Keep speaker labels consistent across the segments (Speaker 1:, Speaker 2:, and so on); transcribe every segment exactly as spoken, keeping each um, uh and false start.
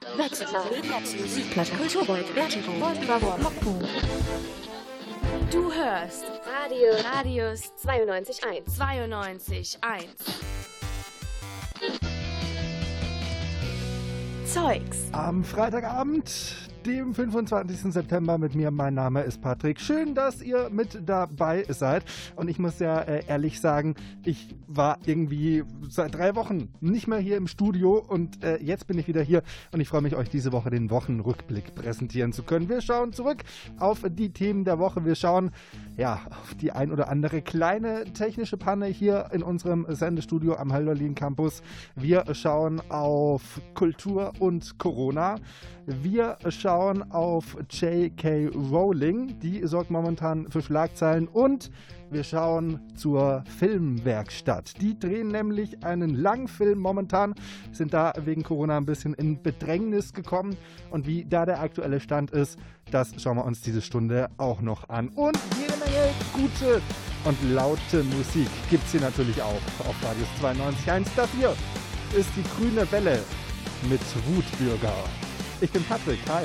Speaker 1: Musikplatte, Kulturgold, Vertigo, Bravo, Mockbuch. Du hörst
Speaker 2: Radio
Speaker 1: Radius
Speaker 2: zweiundneunzig Komma eins.
Speaker 1: zweiundneunzig Komma eins. Zeugs.
Speaker 3: Am Freitagabend, dem fünfundzwanzigsten September, mit mir. Mein Name ist Patrick. Schön, dass ihr mit dabei seid. Und ich muss ja äh, ehrlich sagen, ich war irgendwie seit drei Wochen nicht mehr hier im Studio und äh, jetzt bin ich wieder hier und ich freue mich, euch diese Woche den Wochenrückblick präsentieren zu können. Wir schauen zurück auf die Themen der Woche. Wir schauen ja auf die ein oder andere kleine technische Panne hier in unserem Sendestudio am Hölderlin Campus. Wir schauen auf Kultur und Corona. Wir schauen auf J K. Rowling, die sorgt momentan für Schlagzeilen, und wir schauen zur Filmwerkstatt. Die drehen nämlich einen Langfilm momentan, sind da wegen Corona ein bisschen in Bedrängnis gekommen, und wie da der aktuelle Stand ist, das schauen wir uns diese Stunde auch noch an. Und jede Menge gute und laute Musik gibt es hier natürlich auch auf Radius zweiundneunzig Komma eins. Das hier ist die Grüne Welle mit Wutbürger. Ich bin Patrick, hi.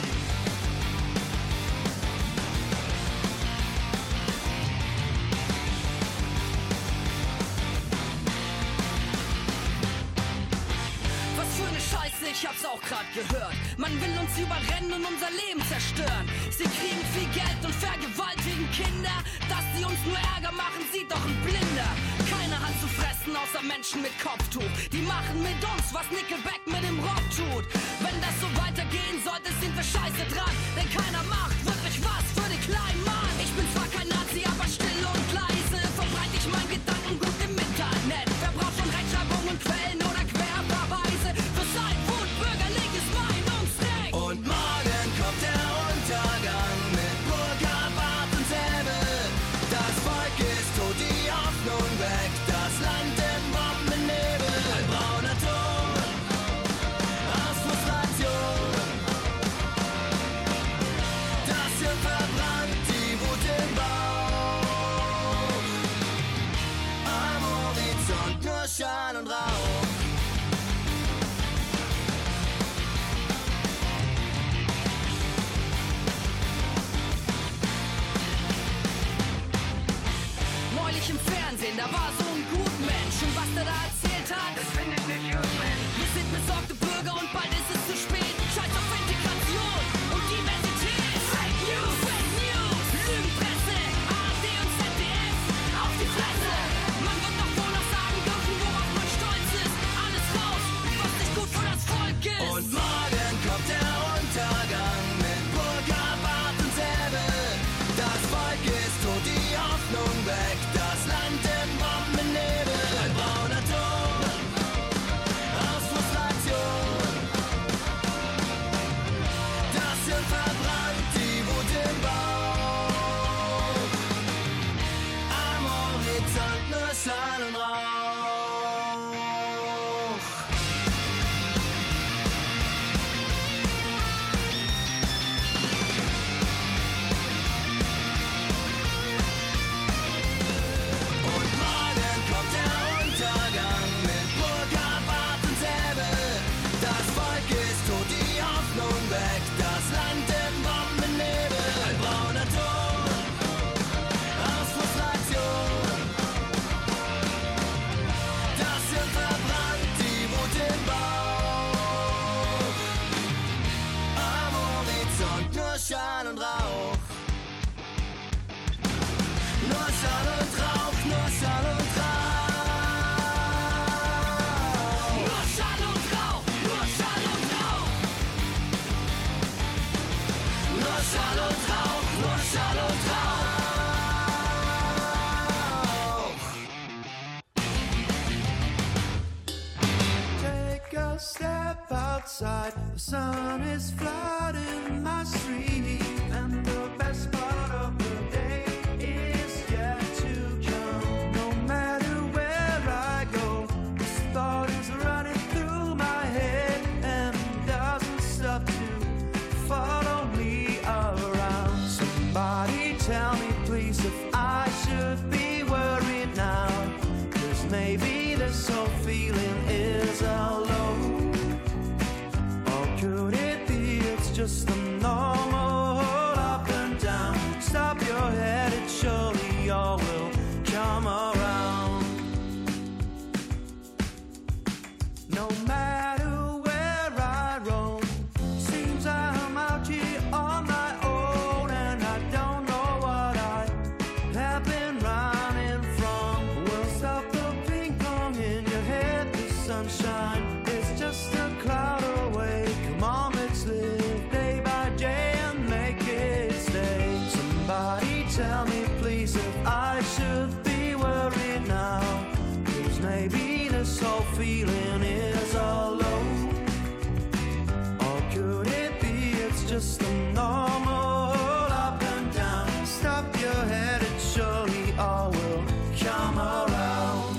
Speaker 4: Was für eine Scheiße, ich hab's auch grad gehört. Man will uns überrennen und unser Leben zerstören. Sie kriegen viel Geld und vergewaltigen Kinder. Dass sie uns nur Ärger machen, sieht doch ein Blinder. Keiner hat zu fressen, außer Menschen mit Kopftuch. Die machen mit uns, was Nickelback mit dem Rock tut. Wenn das so weitergehen sollte, sind wir scheiße dran. Denn keiner macht wirklich was für den kleinen Mann. Ich bin zwar kein Nazi, aber still und leise verbreite ich mein Gedankengut im Internet. Wer braucht schon Rechtschreibung und Quellen oder Querverweise? Für sein wutbürgerliches Meinungsrecht. Und morgen kommt der Untergang mit Burka, Bart und Säbel. Das Volk ist tot, die Hoffnung weg. Das Land im Bombennebel. Ein brauner Ton aus Frustration. Das hier verbrannt die Wut im Bauch. Am Horizont nur Schall und Rauch. Neulich im Fernsehen, da war so ein Gutmensch. Und was der da erzählt hat, das finde ich nicht gut, Mensch. Wir sind besorgte Bürger und bald ist es zu spät. Scheiß auf Integration und Diversität. Fake News, Fake News, Lügenpresse, A R D und Z D F, auf die Fresse. Man wird doch wohl noch sagen dürfen, worauf man stolz ist. Alles raus, was nicht gut für das Volk ist. Und morgen kommt der Untergang mit Burka, Bart und Säbel. Das Volk ist tot, die Hoffnung weg. Das Land im Bombennebel. Ein brauner Ton aus Frustration. Das hier verbrannt die Wut im Bauch. Am Horizont nur Schall und Rauch. Und morgen kommt der Untergang mit Burka, Bart und Säbel. Das Volk ist tot, die Hoffnung weg. Das Land im Bombennebel. Ein brauner Ton aus Frustration. Das hier verbrannt die Wut im Bauch. Am Horizont nur Schall und Rauch. Nur Schall und Rauch, nur Schall und Rauch. Nur Schall und Rauch, nur Schall und Rauch. Nur Schall und Rauch, nur Schall und Rauch.
Speaker 5: Take a step outside, the sun is flooding my street, and the best part of the day is yet to come. No matter where I go, this thought is running through my head and doesn't stop to follow me around. Somebody tell me please if I should be worried now, 'cause maybe this whole feeling is a low. Or could just a normal up and down. Stop your head, it surely all will come around. No matter where I roam, seems I'm out here on my own, and I don't know what I have been running from. Well, stop the ping pong in your head, the sunshine is just a cloud away. Come on, let's live day by day and make it stay. Somebody tell me please if I should be worried now, 'cause maybe this whole feeling is all low. Or could it be it's just a normal up and down? Stop your head, it surely all will come around.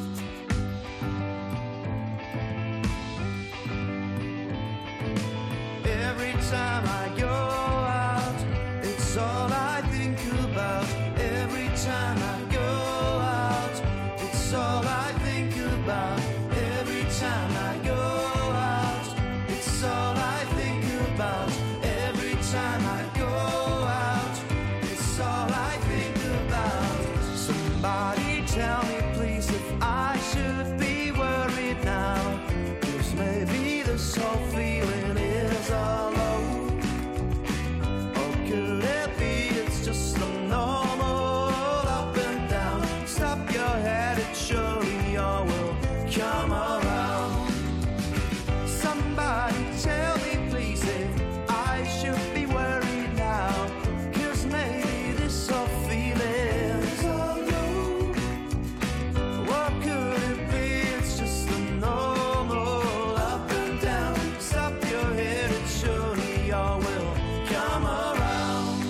Speaker 5: Every time I go out, it's all I think about. Every time I go out, it's all I think about. Every time I go out, it's all I think about. Every time I go out, it's all I think about. Somebody tell me please if I should be worried now, 'cause maybe this whole feeling is all low. Or could it be it's just a normal up and down? Stop your head, it surely all will come around. Somebody tell me please if I should be worried now, 'cause maybe this whole feeling is all low. What could it be? It's just a normal up and down. Stop your head, it surely all will come around.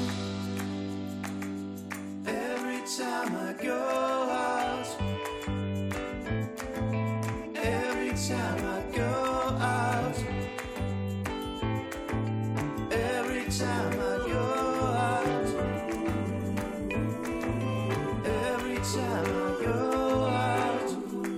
Speaker 5: Every time I go out, every time I go out, every time I go out, every time I go out.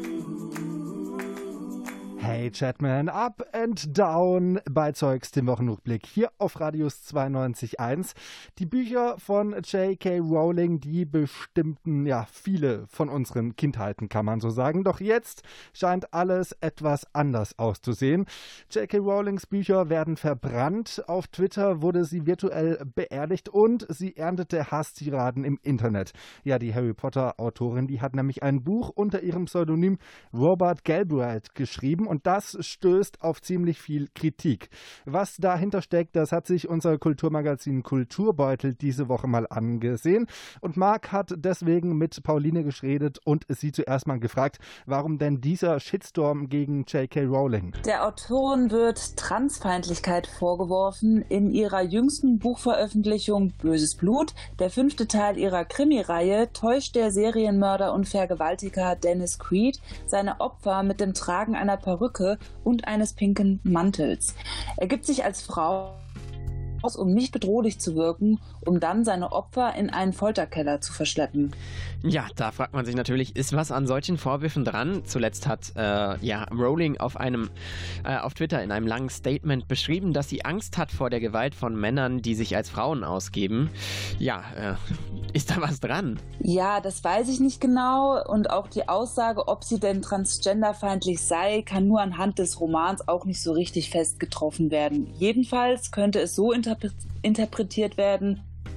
Speaker 3: Hey Chatman, up and down bei Zeugs, dem Wochenrückblick hier auf Radius zweiundneunzig Komma eins. Die Bücher von J K. Rowling, die bestimmten ja viele von unseren Kindheiten, kann man so sagen. Doch jetzt scheint alles etwas anders auszusehen. J K. Rowlings Bücher werden verbrannt. Auf Twitter wurde sie virtuell beerdigt und sie erntete Hasstiraden im Internet. Ja, die Harry Potter-Autorin, die hat nämlich ein Buch unter ihrem Pseudonym Robert Galbraith geschrieben und das stößt auf ziemlich viel Kritik. Was dahinter steckt, das hat sich unser Kulturmagazin Kulturbeutel diese Woche mal angesehen. Und Marc hat deswegen mit Pauline geredet und sie zuerst mal gefragt, warum denn dieser Shitstorm gegen J K. Rowling?
Speaker 2: Der Autorin wird Transfeindlichkeit vorgeworfen. In ihrer jüngsten Buchveröffentlichung Böses Blut, der fünfte Teil ihrer Krimireihe, täuscht der Serienmörder und Vergewaltiger Dennis Creed seine Opfer mit dem Tragen einer Perücke und eines pinken Mantels. Er gibt sich als Frau aus, um nicht bedrohlich zu wirken, um dann seine Opfer in einen Folterkeller zu verschleppen.
Speaker 6: Ja, da fragt man sich natürlich, ist was an solchen Vorwürfen dran? Zuletzt hat äh, ja, Rowling auf, einem, äh, auf Twitter in einem langen Statement beschrieben, dass sie Angst hat vor der Gewalt von Männern, die sich als Frauen ausgeben. Ja, äh, ist da was dran?
Speaker 2: Ja, das weiß ich nicht genau und auch die Aussage, ob sie denn transgenderfeindlich sei, kann nur anhand des Romans auch nicht so richtig fest getroffen werden. Jedenfalls könnte es so interpretiert interpretiert werden,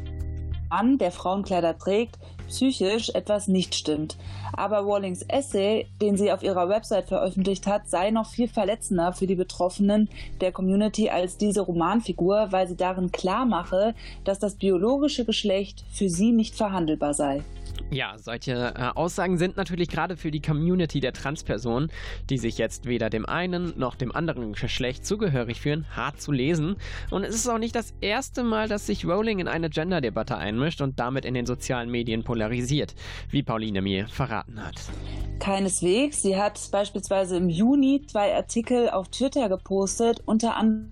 Speaker 2: Mann, der Frauenkleider trägt, psychisch etwas nicht stimmt. Aber Rowlings Essay, den sie auf ihrer Website veröffentlicht hat, sei noch viel verletzender für die Betroffenen der Community als diese Romanfigur, weil sie darin klar mache, dass das biologische Geschlecht für sie nicht verhandelbar sei.
Speaker 6: Ja, solche äh, Aussagen sind natürlich gerade für die Community der Transpersonen, die sich jetzt weder dem einen noch dem anderen Geschlecht zugehörig fühlen, hart zu lesen. Und es ist auch nicht das erste Mal, dass sich Rowling in eine Gender-Debatte einmischt und damit in den sozialen Medien polarisiert, wie Pauline mir verraten hat.
Speaker 2: Keineswegs. Sie hat beispielsweise im Juni zwei Artikel auf Twitter gepostet, unter anderem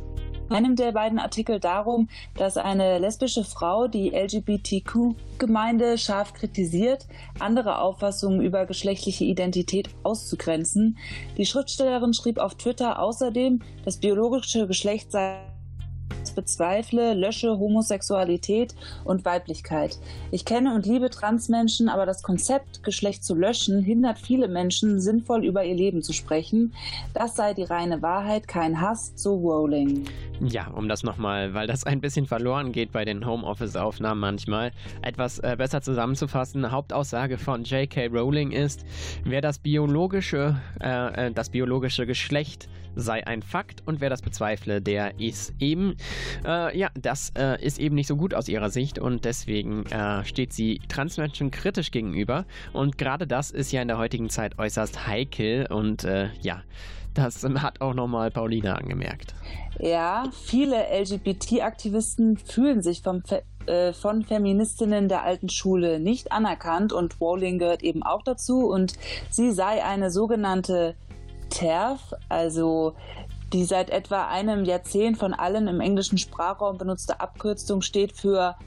Speaker 2: einem der beiden Artikel darum, dass eine lesbische Frau die L G B T Q-Gemeinde scharf kritisiert, andere Auffassungen über geschlechtliche Identität auszugrenzen. Die Schriftstellerin schrieb auf Twitter außerdem, das biologische Geschlecht sei bezweifle, lösche Homosexualität und Weiblichkeit. Ich kenne und liebe Transmenschen, aber das Konzept, Geschlecht zu löschen, hindert viele Menschen, sinnvoll über ihr Leben zu sprechen. Das sei die reine Wahrheit, kein Hass, so Rowling.
Speaker 6: Ja, um das nochmal, weil das ein bisschen verloren geht bei den Homeoffice-Aufnahmen manchmal, etwas äh, besser zusammenzufassen. Hauptaussage von J K. Rowling ist, wer das biologische, äh, das biologische Geschlecht sei ein Fakt und wer das bezweifle, der ist eben, äh, ja, das äh, ist eben nicht so gut aus ihrer Sicht und deswegen äh, steht sie Transmenschen kritisch gegenüber und gerade das ist ja in der heutigen Zeit äußerst heikel und äh, ja, das hat auch nochmal Paulina angemerkt.
Speaker 2: Ja, viele L G B T-Aktivisten fühlen sich vom Fe- äh, von Feministinnen der alten Schule nicht anerkannt und Rowling gehört eben auch dazu und sie sei eine sogenannte T E R F, also die seit etwa einem Jahrzehnt von allen im englischen Sprachraum benutzte Abkürzung steht für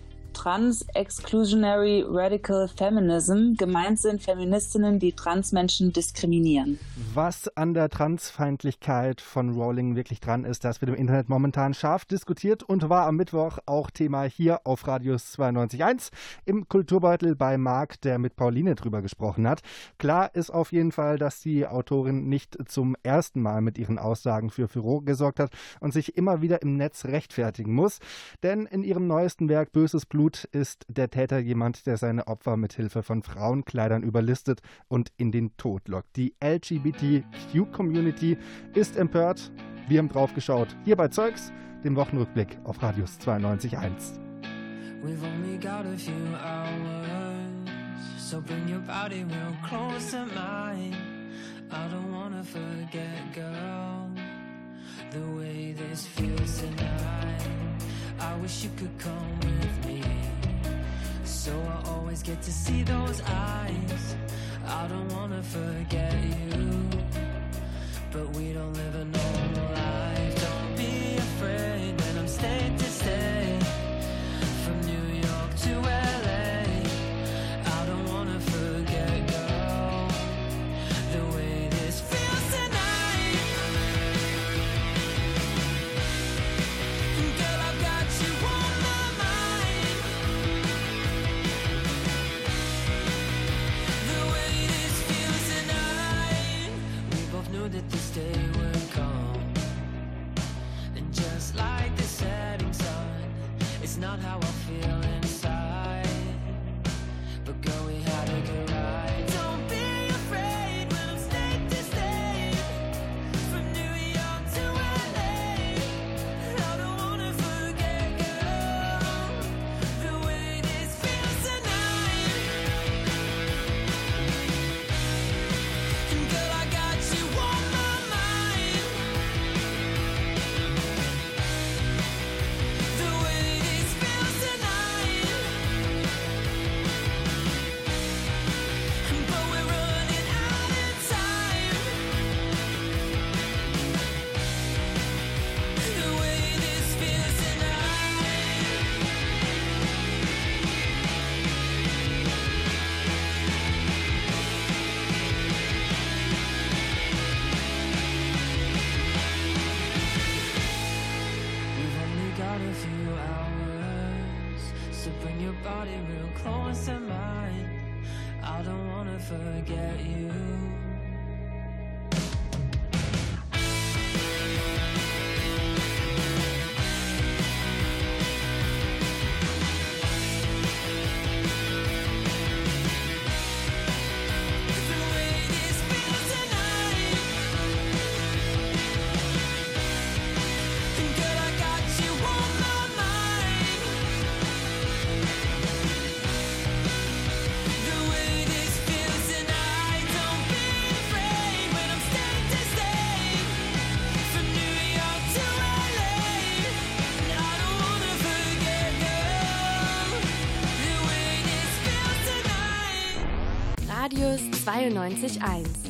Speaker 2: Trans-Exclusionary Radical Feminism. Gemeint sind Feministinnen, die Transmenschen diskriminieren.
Speaker 3: Was an der Transfeindlichkeit von Rowling wirklich dran ist, das wird im Internet momentan scharf diskutiert und war am Mittwoch auch Thema hier auf Radius zweiundneunzig Komma eins im Kulturbeutel bei Marc, der mit Pauline drüber gesprochen hat. Klar ist auf jeden Fall, dass die Autorin nicht zum ersten Mal mit ihren Aussagen für Furore gesorgt hat und sich immer wieder im Netz rechtfertigen muss. Denn in ihrem neuesten Werk Böses Blut ist der Täter jemand, der seine Opfer mit Hilfe von Frauenkleidern überlistet und in den Tod lockt. Die L G B T Q-Community ist empört. Wir haben drauf geschaut. Hier bei Zeugs, dem Wochenrückblick auf Radius zweiundneunzig Komma eins.
Speaker 5: We've only got a few hours, so bring your body real close to mine. I don't wanna forget, girl, the way this feels tonight. I wish you could come with me, so I always get to see those eyes. I don't wanna forget you, but we don't live a normal life. Don't be afraid when I'm state to state, from New York to L A. I don't wanna forget, girl, the way this feels tonight. Girl, I've got you on my mind. The way this feels tonight. We both knew that this day would come, and just like the setting sun, it's not how I feel inside, but girl, we had a good ride. Don't be afraid when I'm state to state, from New York to L A. I don't wanna forget, girl, the way this feels tonight. And girl, I got you on my mind. The way this feels tonight. But we're running out of time. The way this feels tonight. We've only got a few hours, so bring your body real close to mine. I don't wanna forget you. The way this feels tonight. And girl, I got you on my mind. The way this feels tonight. Don't be afraid when I'm state to state, from New York to L A. And I don't wanna forget, girl, the way this feels tonight.
Speaker 1: Radius zweiundneunzig Komma eins.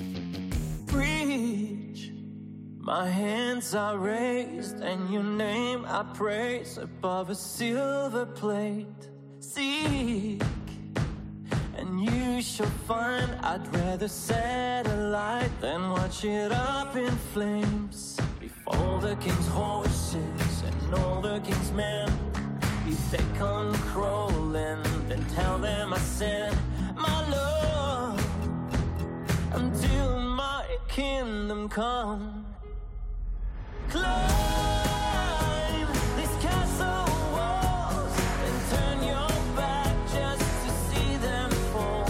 Speaker 5: Preach. My hands are raised and your name I praise above a silver plate. Seek and you shall find. I'd rather set a light than watch it up in flames before the king's horses and
Speaker 7: and all the king's men. If they come crawling, then tell them I sent my love until my kingdom come. Climb these castle walls and turn your back just to see them fall.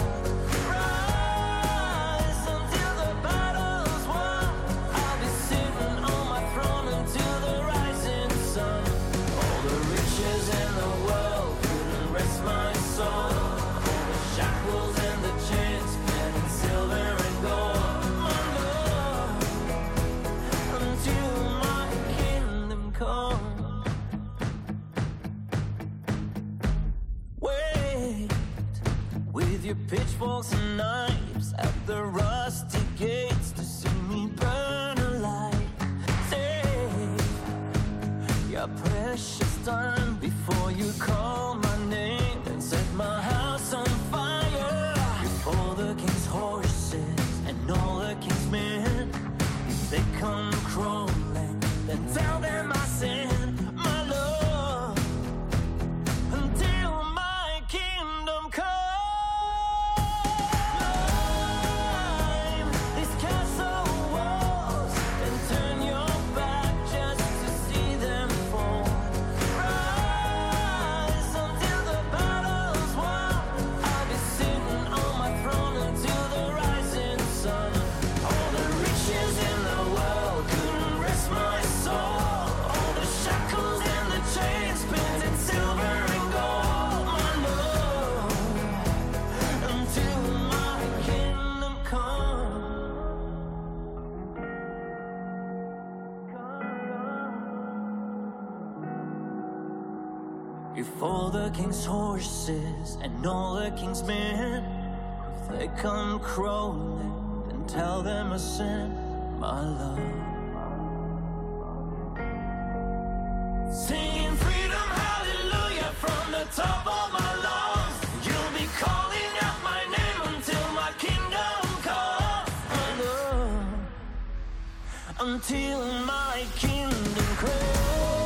Speaker 7: Rise until the battle's won. I'll be sitting on my throne until the rising sun. All the riches in the world couldn't rest my soul. All the shackles and the chains, pen and silver and gold. My love until my kingdom come. Wait with your pitchforks and knives at the rusty gates to see me burn alive. Save your precious time before you call my name and set my house on fire. Before the king's horses and all the king's men, if they come crawling, then tell them I sent my love until my kingdom come. Climb these castle walls and turn your back just to see them fall. Rise until the battle's won. I'll be sitting on my throne until the rising sun. All the riches in the world couldn't rest my soul. All the shackles and the chains, pins and silver and gold. My love until my kingdom come. If all the king's horses and all the king's men, if they come crawling, then tell them I sent my love. Singing freedom, hallelujah, from the top of my lungs. You'll be calling out my name until my kingdom comes. My love, until my kingdom comes.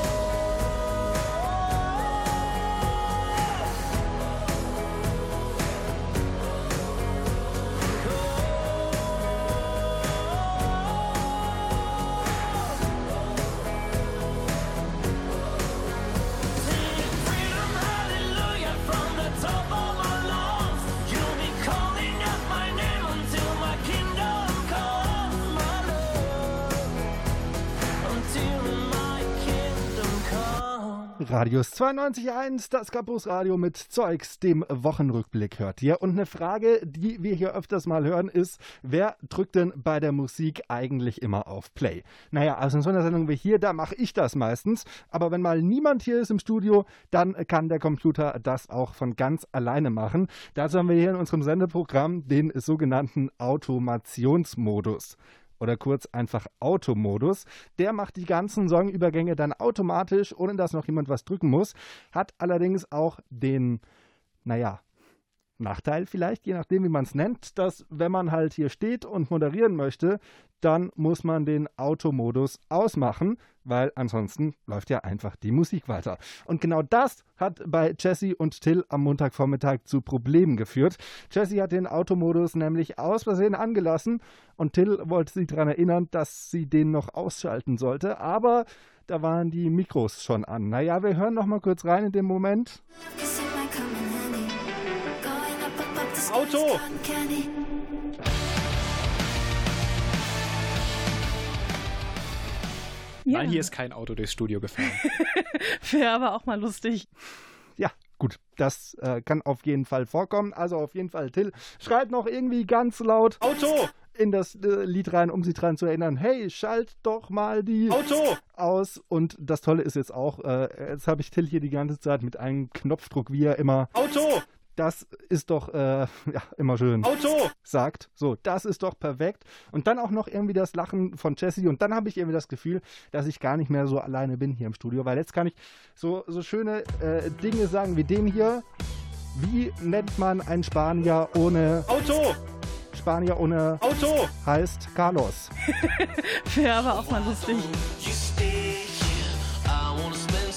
Speaker 7: Sing freedom, hallelujah, from the top of my lungs. You'll be calling out my name until my kingdom comes. My love, until my kingdom comes.
Speaker 3: Radius zweiundneunzig Komma eins, das Campus Radio mit Zeugs, dem Wochenrückblick hört ihr. Und eine Frage, die wir hier öfters mal hören, ist, wer drückt denn bei der Musik eigentlich immer auf Play? Naja, also in so einer Sendung wie hier, da mache ich das meistens. Aber wenn mal niemand hier ist im Studio, dann kann der Computer das auch von ganz alleine machen. Dazu haben wir hier in unserem Sendeprogramm den sogenannten Automationsmodus. Oder kurz einfach Automodus. Der macht die ganzen Songübergänge dann automatisch, ohne dass noch jemand was drücken muss. Hat allerdings auch den, naja, Nachteil vielleicht, je nachdem wie man es nennt, dass wenn man halt hier steht und moderieren möchte, dann muss man den Automodus ausmachen, weil ansonsten läuft ja einfach die Musik weiter. Und genau das hat bei Jessie und Till am Montagvormittag zu Problemen geführt. Jessie hat den Automodus nämlich aus Versehen angelassen und Till wollte sie daran erinnern, dass sie den noch ausschalten sollte, aber da waren die Mikros schon an. Naja, wir hören noch mal kurz rein in dem Moment. Auto!
Speaker 8: Ja. Nein, hier ist kein Auto durchs Studio gefahren.
Speaker 9: Wäre aber auch mal lustig.
Speaker 3: Ja, gut, das äh, kann auf jeden Fall vorkommen. Also auf jeden Fall, Till schreit noch irgendwie ganz laut Auto in das äh, Lied rein, um sich dran zu erinnern. Hey, schalt doch mal die Auto aus. Und das Tolle ist jetzt auch, äh, jetzt habe ich Till hier die ganze Zeit mit einem Knopfdruck, wie er immer Auto! Das ist doch äh, ja, immer schön Auto sagt. So, das ist doch perfekt. Und dann auch noch irgendwie das Lachen von Jessie. Und dann habe ich irgendwie das Gefühl, dass ich gar nicht mehr so alleine bin hier im Studio. Weil jetzt kann ich so, so schöne äh, Dinge sagen wie den hier. Wie nennt man einen Spanier ohne Auto? Spanier ohne Auto heißt Carlos.
Speaker 9: Wäre aber auch mal lustig.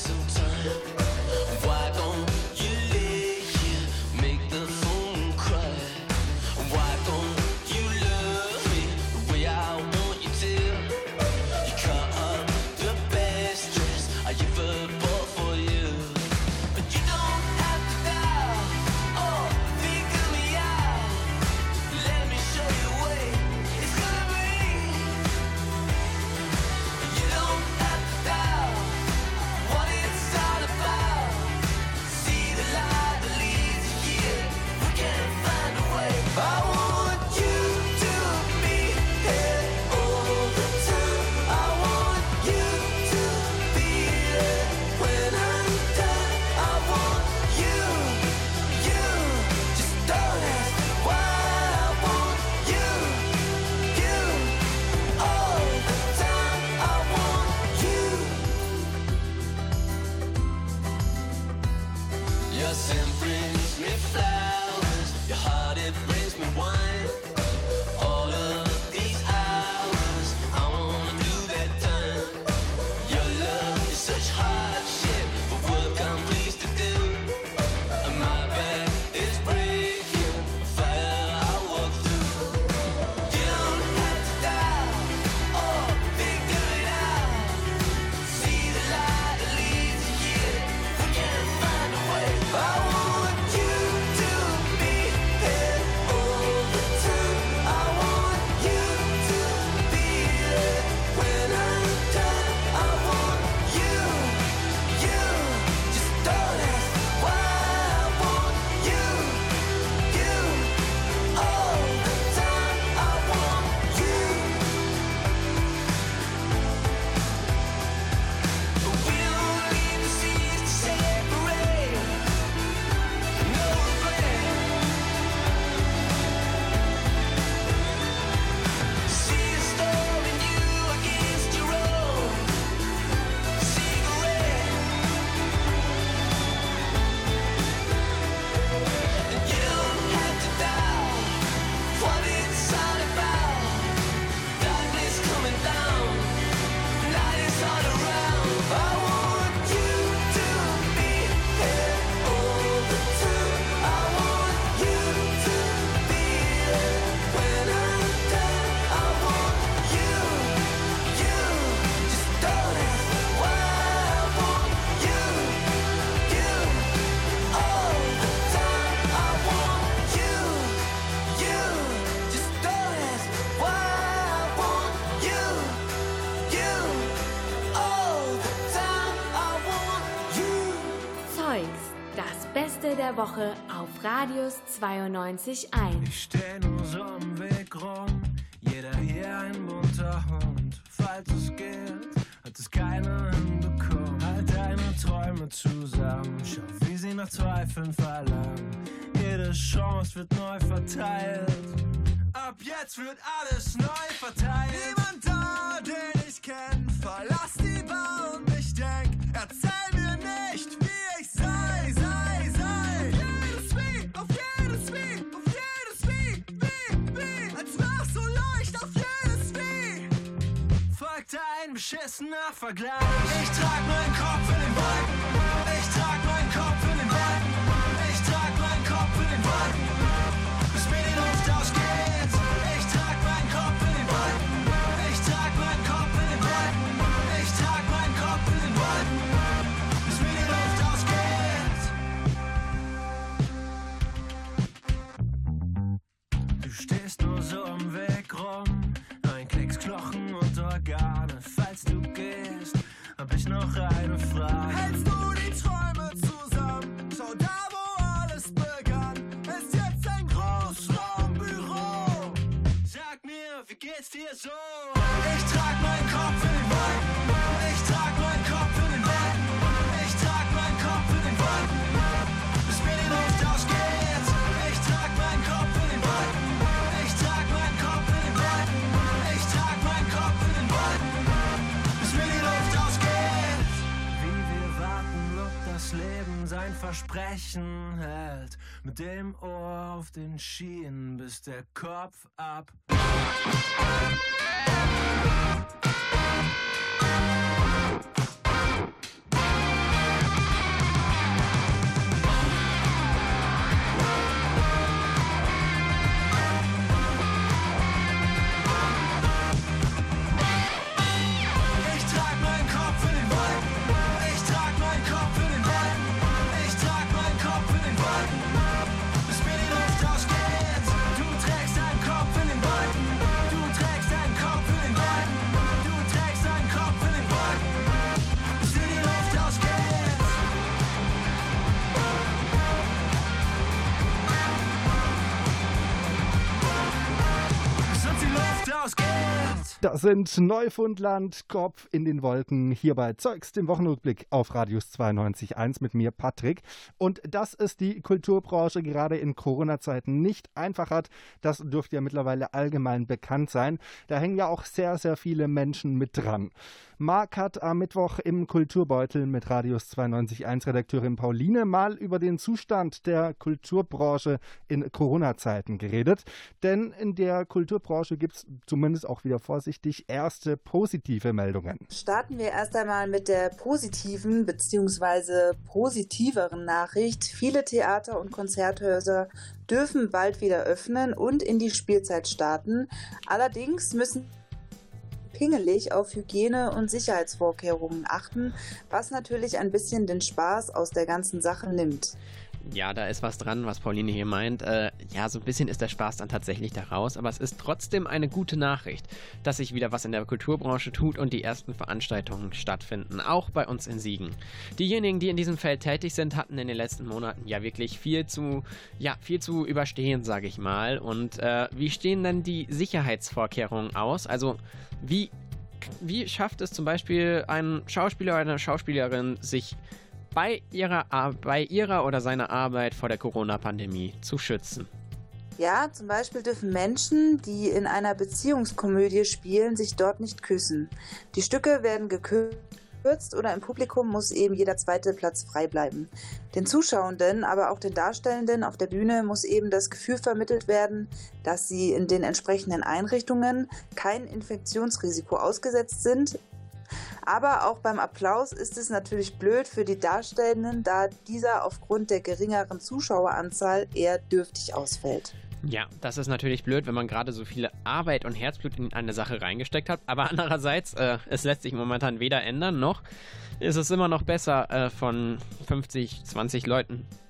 Speaker 1: Rätsel der Woche auf Radius zweiundneunzig Komma eins.
Speaker 5: Ich steh nur so am Weg rum, jeder hier ein bunter Hund. Falls es geht, hat es keiner hinbekommen. Halt deine Träume zusammen, schau wie sie nach Zweifeln verlangen. Jede Chance wird neu verteilt, ab jetzt wird alles neu verteilt. Niemand da, den ich kenn, verlass die Bar und ich denk, erzähl mir nicht, wie ich sei, sei, sei. Jedes Wie, auf jedes Wie, auf jedes Wie, Wie, Wie, als wär's so leicht auf jedes Wie. Folgt ein beschissener Vergleich. Ich trag meinen Kopf in den Wolken, ich trag meinen Kopf in den Wolken, ich trag meinen Kopf in den Wolken, bis mir die Luft ausgeht. Ich trag meinen Kopf in den Wolken, ich trag meinen Kopf in den Wolken, ich trag meinen Kopf in den Wolken, bis mir die Luft ausgeht. Du stehst nur so am Weg rum, ein Klecks Knochen und Organe. Falls du gehst, hab ich noch eine Frage. Hältst du die Träume zusammen? Schau da, wo alles begann. Ist jetzt ein Großraumbüro. Sag mir, wie geht's dir so? Ich trag meinen Kopf in den Wolken, ich trag meinen Kopf in den Wolken, ich trag meinen Kopf in den Wolken, bis mir die Luft ausgeht. Ich trag meinen Kopf in den Wolken, ich trag meinen Kopf in den Wolken, ich trag meinen Kopf in den Wolken, bis mir die Luft ausgeht. Wie wir warten, ob das Leben sein Versprechen hält. Mit dem Ohr auf den Schienen, bis der Kopf ab. Ich trag meinen Kopf in den Wolken, ich trag meinen Kopf in den Wolken, ich trag meinen Kopf in den Wolken, bis mir die Luft ausgeht. Du trägst deinen Kopf in den Wolken, du trägst deinen Kopf in den Wolken, du trägst deinen Kopf in den Wolken, bis dir die Luft ausgeht. Bis uns die Luft ausgeht.
Speaker 3: Das sind Neufundland, Kopf in den Wolken, hier bei Zeugs, dem Wochenrückblick auf Radius zweiundneunzig Komma eins mit mir, Patrick. Und dass es die Kulturbranche gerade in Corona-Zeiten nicht einfach hat, das dürfte ja mittlerweile allgemein bekannt sein. Da hängen ja auch sehr, sehr viele Menschen mit dran. Marc hat am Mittwoch im Kulturbeutel mit Radius zweiundneunzig Komma eins Redakteurin Pauline mal über den Zustand der Kulturbranche in Corona-Zeiten geredet. Denn in der Kulturbranche gibt es zumindest auch wieder vorsichtig erste positive Meldungen.
Speaker 2: Starten wir erst einmal mit der positiven bzw. positiveren Nachricht. Viele Theater und Konzerthäuser dürfen bald wieder öffnen und in die Spielzeit starten. Allerdings müssen pingelig auf Hygiene- und Sicherheitsvorkehrungen achten, was natürlich ein bisschen den Spaß aus der ganzen Sache nimmt.
Speaker 6: Ja, da ist was dran, was Pauline hier meint. Äh, ja, so ein bisschen ist der Spaß dann tatsächlich da raus, aber es ist trotzdem eine gute Nachricht, dass sich wieder was in der Kulturbranche tut und die ersten Veranstaltungen stattfinden, auch bei uns in Siegen. Diejenigen, die in diesem Feld tätig sind, hatten in den letzten Monaten ja wirklich viel zu, ja, viel zu überstehen, sage ich mal. Und äh, wie stehen denn die Sicherheitsvorkehrungen aus? Also, wie, wie schafft es zum Beispiel ein Schauspieler oder eine Schauspielerin, sich bei ihrer, bei ihrer oder seiner Arbeit vor der Corona-Pandemie zu schützen?
Speaker 2: Ja, zum Beispiel dürfen Menschen, die in einer Beziehungskomödie spielen, sich dort nicht küssen. Die Stücke werden gekürzt oder im Publikum muss eben jeder zweite Platz frei bleiben. Den Zuschauenden, aber auch den Darstellenden auf der Bühne muss eben das Gefühl vermittelt werden, dass sie in den entsprechenden Einrichtungen kein Infektionsrisiko ausgesetzt sind. Aber auch beim Applaus ist es natürlich blöd für die Darstellenden, da dieser aufgrund der geringeren Zuschaueranzahl eher dürftig ausfällt.
Speaker 6: Ja, das ist natürlich blöd, wenn man gerade so viel Arbeit und Herzblut in eine Sache reingesteckt hat. Aber andererseits, äh, es lässt sich momentan weder ändern, noch ist es immer noch besser, äh, von fünfzig, zwanzig Leuten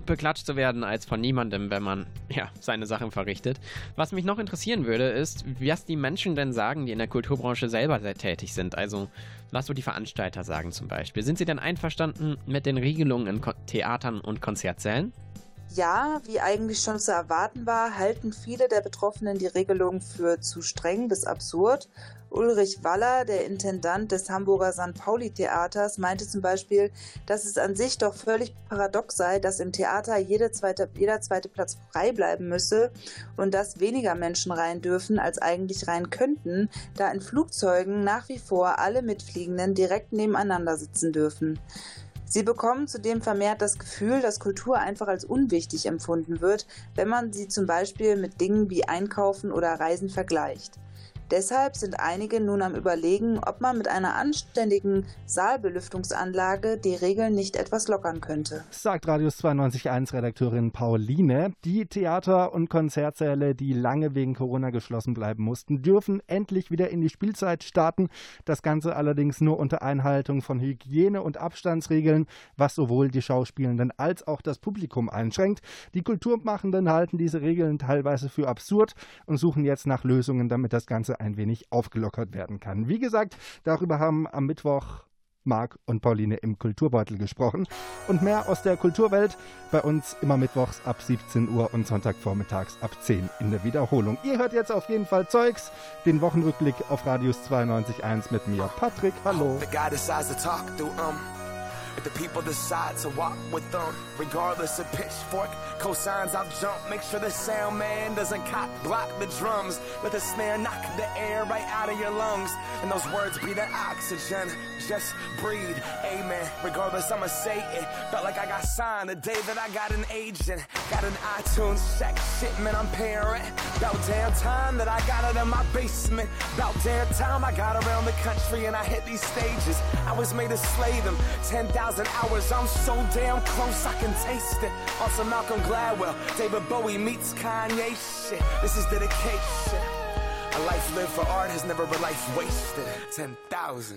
Speaker 6: beklatscht zu werden als von niemandem, wenn man ja seine Sachen verrichtet. Was mich noch interessieren würde, ist, was die Menschen denn sagen, die in der Kulturbranche selber sehr tätig sind. Also was so die Veranstalter sagen zum Beispiel. Sind sie denn einverstanden mit den Regelungen in Ko- Theatern und Konzertsälen?
Speaker 2: Ja, wie eigentlich schon zu erwarten war, halten viele der Betroffenen die Regelung für zu streng bis absurd. Ulrich Waller, der Intendant des Hamburger Sankt Pauli-Theaters, meinte zum Beispiel, dass es an sich doch völlig paradox sei, dass im Theater jede zweite, jeder zweite Platz frei bleiben müsse und dass weniger Menschen rein dürfen, als eigentlich rein könnten, da in Flugzeugen nach wie vor alle Mitfliegenden direkt nebeneinander sitzen dürfen. Sie bekommen zudem vermehrt das Gefühl, dass Kultur einfach als unwichtig empfunden wird, wenn man sie zum Beispiel mit Dingen wie Einkaufen oder Reisen vergleicht. Deshalb sind einige nun am Überlegen, ob man mit einer anständigen Saalbelüftungsanlage die Regeln nicht etwas lockern könnte.
Speaker 3: Sagt Radius zweiundneunzig Komma eins Redakteurin Pauline. Die Theater- und Konzertsäle, die lange wegen Corona geschlossen bleiben mussten, dürfen endlich wieder in die Spielzeit starten. Das Ganze allerdings nur unter Einhaltung von Hygiene- und Abstandsregeln, was sowohl die Schauspielenden als auch das Publikum einschränkt. Die Kulturmachenden halten diese Regeln teilweise für absurd und suchen jetzt nach Lösungen, damit das Ganze ein wenig aufgelockert werden kann. Wie gesagt, darüber haben am Mittwoch Marc und Pauline im Kulturbeutel gesprochen. Und mehr aus der Kulturwelt bei uns immer mittwochs ab siebzehn Uhr und Sonntagvormittags ab zehn in der Wiederholung. Ihr hört jetzt auf jeden Fall Zeugs, den Wochenrückblick auf Radius zweiundneunzig Komma eins mit mir, Patrick. Hallo.
Speaker 10: The guy decides to talk through um if the people decide to walk with them, regardless of pitchfork, cosigns I've jumped. Make sure the sound man doesn't cock block the drums. Let the snare knock the air right out of your lungs. And those words be the oxygen. Just breathe, amen. Regardless, I'ma say it. Felt like I got signed the day that I got an agent. Got an iTunes check, shit, man, I'm paying rent. About damn time that I got it in my basement. About damn time I got around the country and I hit these stages. I was made to slay them. ten thousand hours, I'm so damn close, I can taste it. Also Malcolm Gladwell, David Bowie meets Kanye shit. This is dedication. A life lived for art has never a life wasted. ten thousand.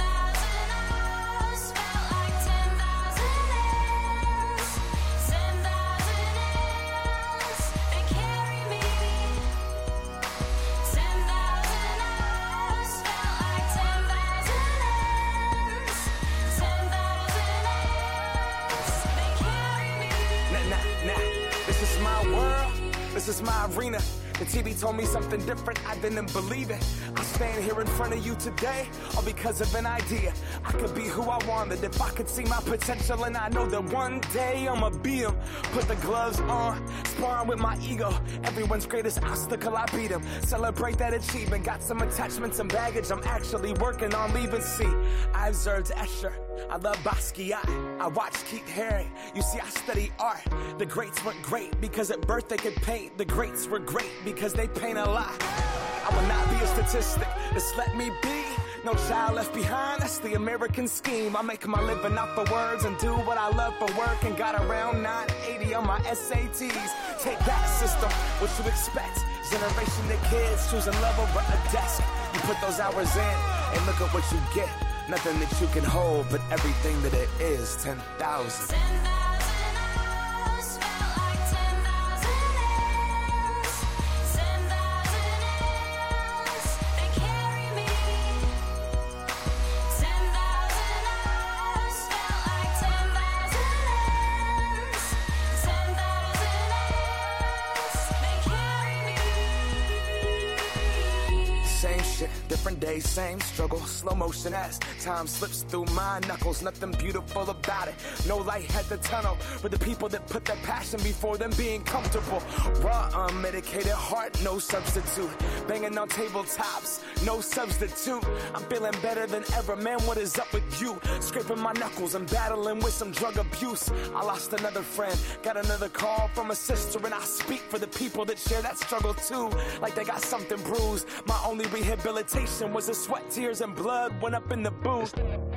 Speaker 10: This is my arena. The T V told me something different, I didn't believe it. I stand here in front of you today, all because of an idea. I could be who I wanted if I could see my potential, and I know that one day I'ma be him. Put the gloves on, sparring with my ego. Everyone's greatest obstacle, I beat him. Celebrate that achievement, got some attachments and baggage I'm actually working on leaving. See, I observed Escher, I love Basquiat, I watched Keith Haring. You see, I study art. The greats weren't great because at birth they could paint. The greats were great because they paint a lot. I will not be a statistic, just let me be. No child left behind, that's the American scheme. I make my living off the words and do what I love for work. And got around nine eighty on my S A Ts. Take that system, what you expect. Generation of kids choosing love over a desk. You put those hours in and look at what you get. Nothing that you can hold, but everything that it is, ten thousand. Different days, same struggle, slow motion as time slips through my knuckles. Nothing beautiful about it, no light at the tunnel. But the people that put their passion before them being comfortable. Raw, unmedicated heart, no substitute. Banging on tabletops, no substitute. I'm feeling better than ever, man, what is up with you? Scraping my knuckles and battling with some drug abuse. I lost another friend, got another call from a sister. And I speak for the people that share that struggle too. Like they got something bruised. My only rehabilitation was the sweat, tears, and blood went up in the booth.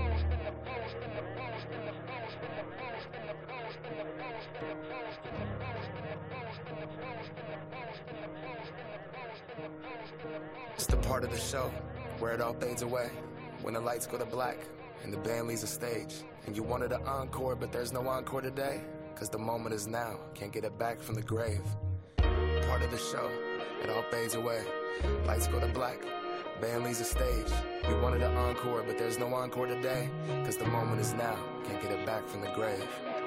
Speaker 10: It's the part of the show where it all fades away, when the lights go to black and the band leaves the stage. And you wanted an encore, but there's no encore today. cause the moment is now, can't get it back from the grave. Part of the show, it all fades away. Lights go to black, band leaves the stage. We wanted an encore, but there's no encore today, cause the moment is now, can't get it back from the grave.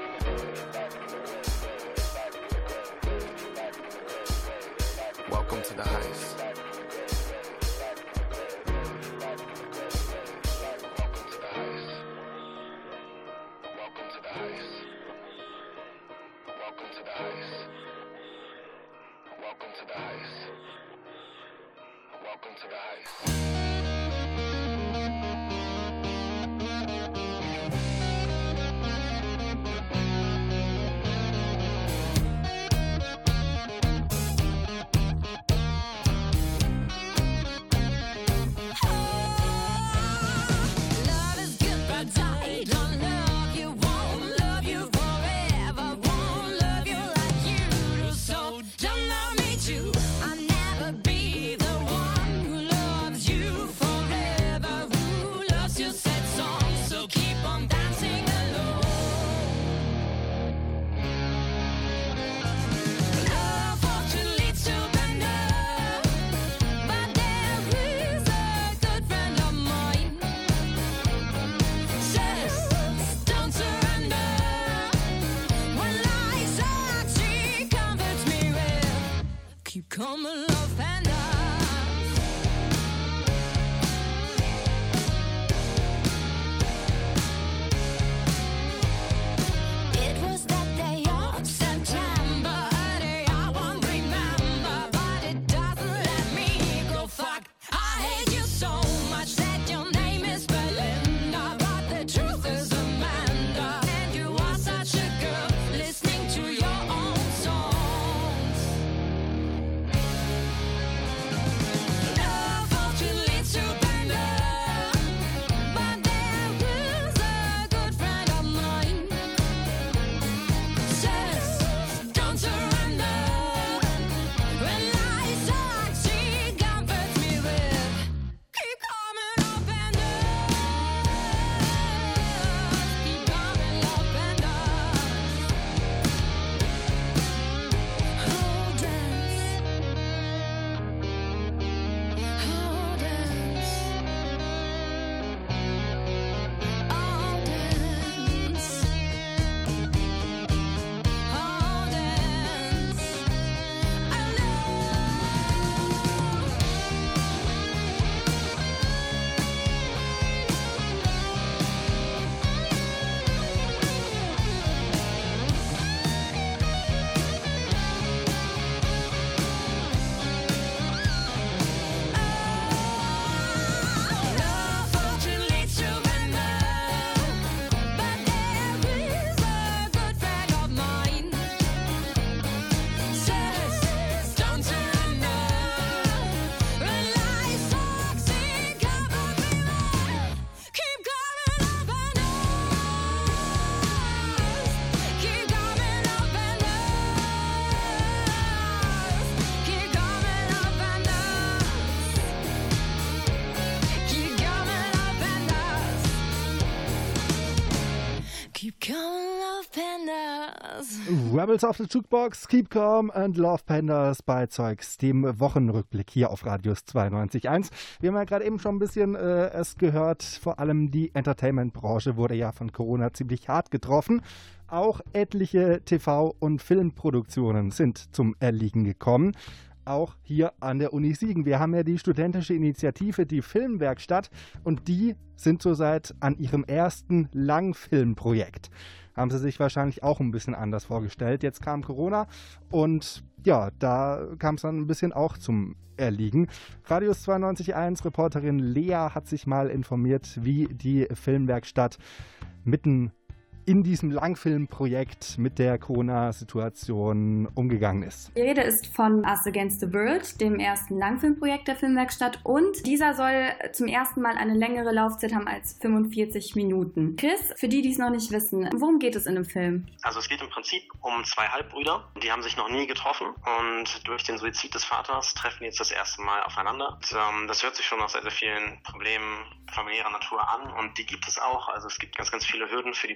Speaker 10: Welcome to the heist.
Speaker 3: Rebels of the Jukebox, Keep Calm and Love Pandas bei Zeugs, dem Wochenrückblick hier auf Radius zweiundneunzig Komma eins. Wir haben ja gerade eben schon ein bisschen äh, es gehört, vor allem die Entertainment-Branche wurde ja von Corona ziemlich hart getroffen. Auch etliche T V- und Filmproduktionen sind zum Erliegen gekommen. Auch hier an der Uni Siegen. Wir haben ja die studentische Initiative, die Filmwerkstatt, und die sind zurzeit an ihrem ersten Langfilmprojekt. Haben sie sich wahrscheinlich auch ein bisschen anders vorgestellt. Jetzt kam Corona und ja, da kam es dann ein bisschen auch zum Erliegen. Radius zweiundneunzig Komma eins Reporterin Lea hat sich mal informiert, wie die Filmwerkstatt mitten in diesem Langfilmprojekt mit der Corona-Situation umgegangen ist.
Speaker 11: Die Rede ist von Us Against the World, dem ersten Langfilmprojekt der Filmwerkstatt, und dieser soll zum ersten Mal eine längere Laufzeit haben als fünfundvierzig Minuten. Chris, für die, die es noch nicht wissen, worum geht es in dem Film?
Speaker 12: Also es geht im Prinzip um zwei Halbbrüder, die haben sich noch nie getroffen und durch den Suizid des Vaters treffen jetzt das erste Mal aufeinander. Und, ähm, das hört sich schon nach sehr, sehr vielen Problemen familiärer Natur an und die gibt es auch. Also es gibt ganz, ganz viele Hürden für die beiden zu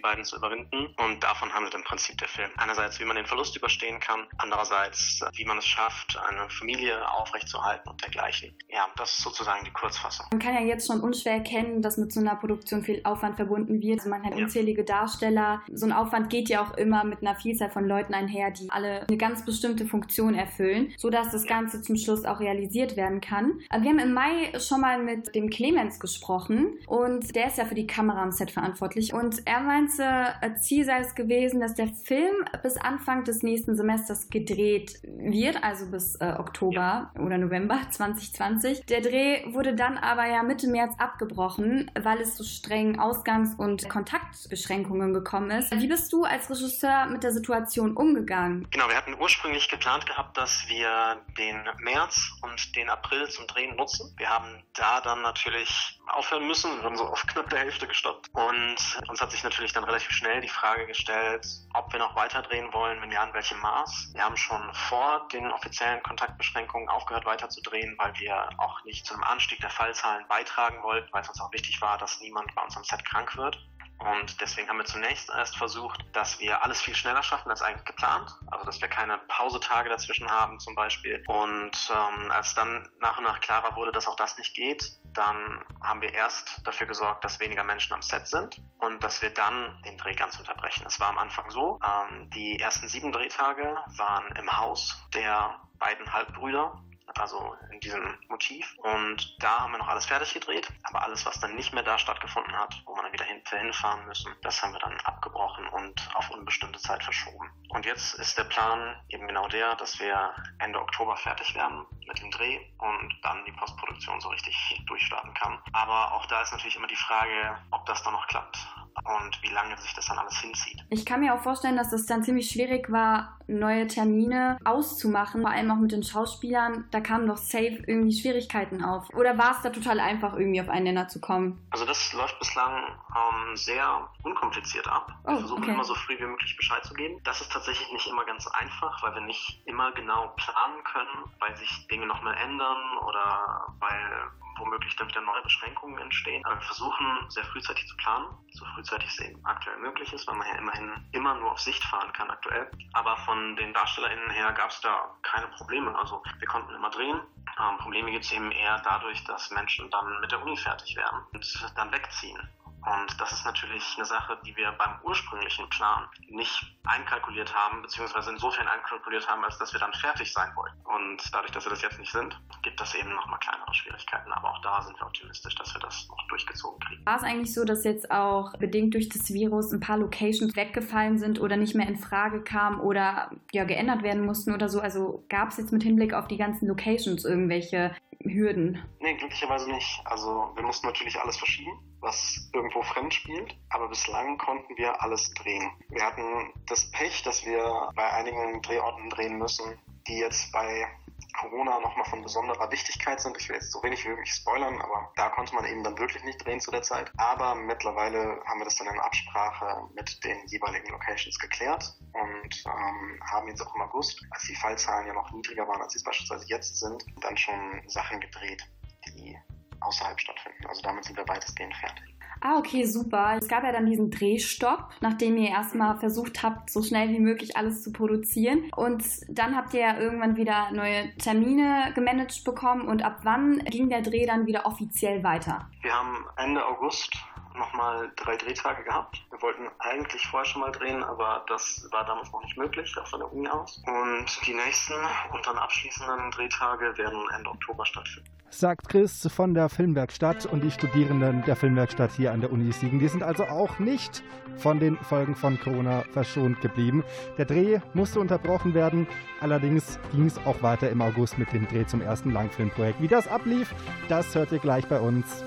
Speaker 12: überwinden. Und davon handelt im Prinzip der Film. Einerseits, wie man den Verlust überstehen kann, andererseits, wie man es schafft, eine Familie aufrechtzuerhalten und dergleichen. Ja, das ist sozusagen die Kurzfassung.
Speaker 11: Man kann ja jetzt schon unschwer erkennen, dass mit so einer Produktion viel Aufwand verbunden wird. Also man hat
Speaker 12: Ja.
Speaker 11: unzählige Darsteller. So ein Aufwand geht ja auch immer mit einer Vielzahl von Leuten einher, die alle eine ganz bestimmte Funktion erfüllen, sodass das Ganze zum Schluss auch realisiert werden kann. Wir haben im Mai schon mal mit dem Clemens gesprochen und der ist ja für die Kamera am Set verantwortlich und er meinte, Ziel sei es gewesen, dass der Film bis Anfang des nächsten Semesters gedreht wird, also bis äh, Oktober oder November zwanzig zwanzig. Der Dreh wurde dann aber ja Mitte März abgebrochen, weil es zu strengen Ausgangs- und Kontaktbeschränkungen gekommen ist. Wie bist du als Regisseur mit der Situation umgegangen?
Speaker 12: Genau, wir hatten ursprünglich geplant gehabt, dass wir den März und den April zum Drehen nutzen. Wir haben da dann natürlich aufhören müssen, wir haben so auf knapp der Hälfte gestoppt. Und uns hat sich natürlich dann relativ schnell die Frage gestellt, ob wir noch weiter drehen wollen, wenn ja, in welchem Maß. Wir haben schon vor den offiziellen Kontaktbeschränkungen aufgehört weiter zu drehen, weil wir auch nicht zum Anstieg der Fallzahlen beitragen wollten, weil es uns auch wichtig war, dass niemand bei uns am Set krank wird. Und deswegen haben wir zunächst erst versucht, dass wir alles viel schneller schaffen als eigentlich geplant. Also dass wir keine Pausetage dazwischen haben zum Beispiel. Und ähm, als dann nach und nach klarer wurde, dass auch das nicht geht, dann haben wir erst dafür gesorgt, dass weniger Menschen am Set sind und dass wir dann den Dreh ganz unterbrechen. Es war am Anfang so, ähm, die ersten sieben Drehtage waren im Haus der beiden Halbbrüder, also in diesem Motiv. Und da haben wir noch alles fertig gedreht, aber alles, was dann nicht mehr da stattgefunden hat, wo man dann wieder hin, hinfahren müssen, das haben wir dann abgebrochen und auf unbestimmte Zeit verschoben. Und jetzt ist der Plan eben genau der, dass wir Ende Oktober fertig werden mit dem Dreh und dann die Postproduktion so richtig durchstarten kann. Aber auch da ist natürlich immer die Frage, ob das dann noch klappt und wie lange sich das dann alles hinzieht.
Speaker 11: Ich kann mir auch vorstellen, dass es dann ziemlich schwierig war, neue Termine auszumachen, vor allem auch mit den Schauspielern. Da kamen doch safe irgendwie Schwierigkeiten auf. Oder war es da total einfach, irgendwie auf einen Nenner zu kommen?
Speaker 12: Also das läuft bislang ähm, sehr unkompliziert ab. Wir
Speaker 11: oh,
Speaker 12: versuchen
Speaker 11: okay.
Speaker 12: immer so früh wie möglich Bescheid zu geben. Das ist tatsächlich nicht immer ganz einfach, weil wir nicht immer genau planen können, weil sich Dinge nochmal ändern oder weil womöglich dann wieder neue Beschränkungen entstehen. Aber wir versuchen sehr frühzeitig zu planen, so frühzeitig es eben aktuell möglich ist, weil man ja immerhin immer nur auf Sicht fahren kann aktuell. Aber von den DarstellerInnen her gab es da keine Probleme. Also wir konnten immer drehen. Ähm, Probleme gibt es eben eher dadurch, dass Menschen dann mit der Uni fertig werden und dann wegziehen. Und das ist natürlich eine Sache, die wir beim ursprünglichen Plan nicht einkalkuliert haben, beziehungsweise insofern einkalkuliert haben, als dass wir dann fertig sein wollten. Und dadurch, dass wir das jetzt nicht sind, gibt das eben nochmal kleinere Schwierigkeiten. Aber auch da sind wir optimistisch, dass wir das noch durchgezogen kriegen.
Speaker 11: War es eigentlich so, dass jetzt auch bedingt durch das Virus ein paar Locations weggefallen sind oder nicht mehr in Frage kamen oder ja geändert werden mussten oder so? Also gab es jetzt mit Hinblick auf die ganzen Locations irgendwelche Hürden?
Speaker 12: Nee, glücklicherweise nicht. Also wir mussten natürlich alles verschieben, was irgendwo fremd spielt, aber bislang konnten wir alles drehen. Wir hatten das Pech, dass wir bei einigen Drehorten drehen müssen, die jetzt bei Corona nochmal von besonderer Wichtigkeit sind. Ich will jetzt so wenig wie möglich spoilern, aber da konnte man eben dann wirklich nicht drehen zu der Zeit. Aber mittlerweile haben wir das dann in Absprache mit den jeweiligen Locations geklärt und ähm, haben jetzt auch im August, als die Fallzahlen ja noch niedriger waren, als sie es beispielsweise jetzt sind, dann schon Sachen gedreht, die außerhalb stattfinden. Also damit sind wir weitestgehend fertig.
Speaker 11: Ah, okay, super. Es gab ja dann diesen Drehstopp, nachdem ihr erstmal versucht habt, so schnell wie möglich alles zu produzieren. Und dann habt ihr ja irgendwann wieder neue Termine gemanagt bekommen. Und ab wann ging der Dreh dann wieder offiziell weiter?
Speaker 12: Wir haben Ende August nochmal drei Drehtage gehabt. Wir wollten eigentlich vorher schon mal drehen, aber das war damals noch nicht möglich, auch von der Uni aus. Und die nächsten und dann abschließenden Drehtage werden Ende Oktober stattfinden.
Speaker 3: Sagt Chris von der Filmwerkstatt, und die Studierenden der Filmwerkstatt hier an der Uni Siegen, die sind also auch nicht von den Folgen von Corona verschont geblieben. Der Dreh musste unterbrochen werden, allerdings ging es auch weiter im August mit dem Dreh zum ersten Langfilmprojekt. Wie das ablief, das hört ihr gleich bei uns.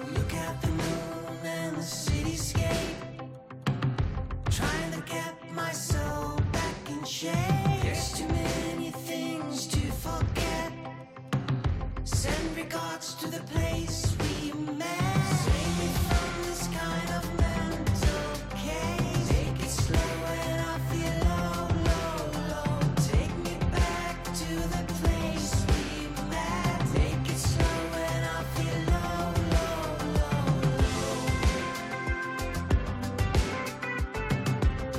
Speaker 5: To the place we met. Save me from this kind of mental case. Take it slow when I feel low, low, low. Take me back to the place we met. Take it slow when I feel low, low, low, low.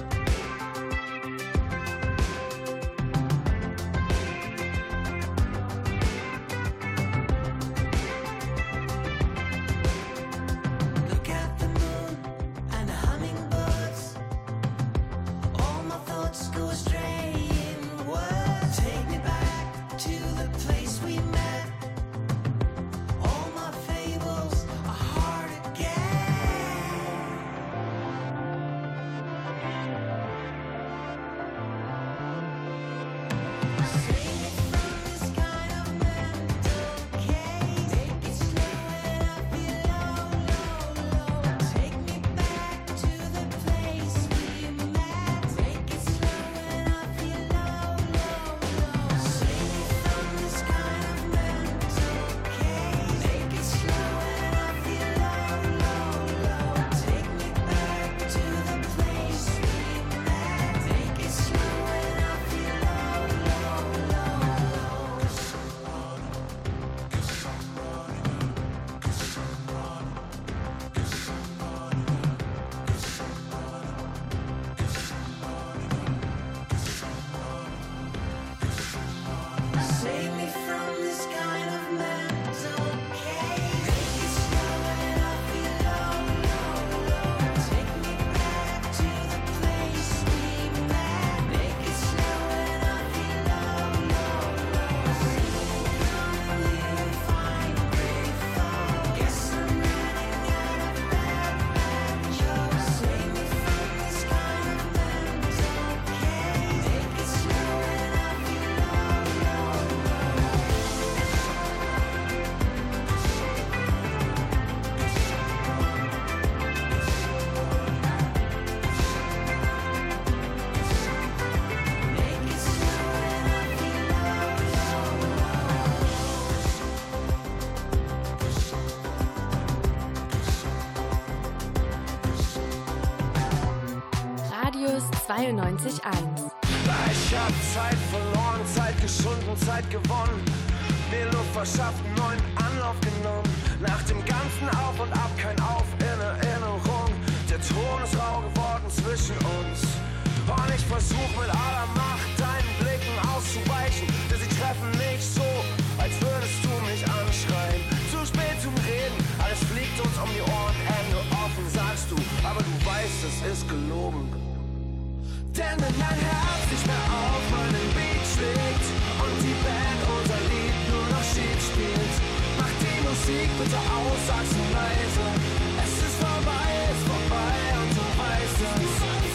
Speaker 1: Radius zweiundneunzig Komma eins.
Speaker 5: Ich hab Zeit verloren, Zeit geschunden, Zeit gewonnen. Mir Luft verschafft, neuen Anlauf genommen. Nach dem ganzen Auf und Ab kein Auf in Erinnerung. Der Ton ist rau geworden zwischen uns. Und ich versuch mit aller Macht deinen Blicken auszuweichen. Denn sie treffen mich so, als würdest du mich anschreien. Zu spät zum Reden, alles fliegt uns um die Ohren. Ende offen, sagst du, aber du weißt, es ist gelogen. Denn wenn dein Herz nicht mehr auf meinen Beat schlägt und die Band unser Lied nur noch schief spielt, mach die Musik bitte aus, sag's nur leise. Es ist vorbei, ist vorbei und du weißt es.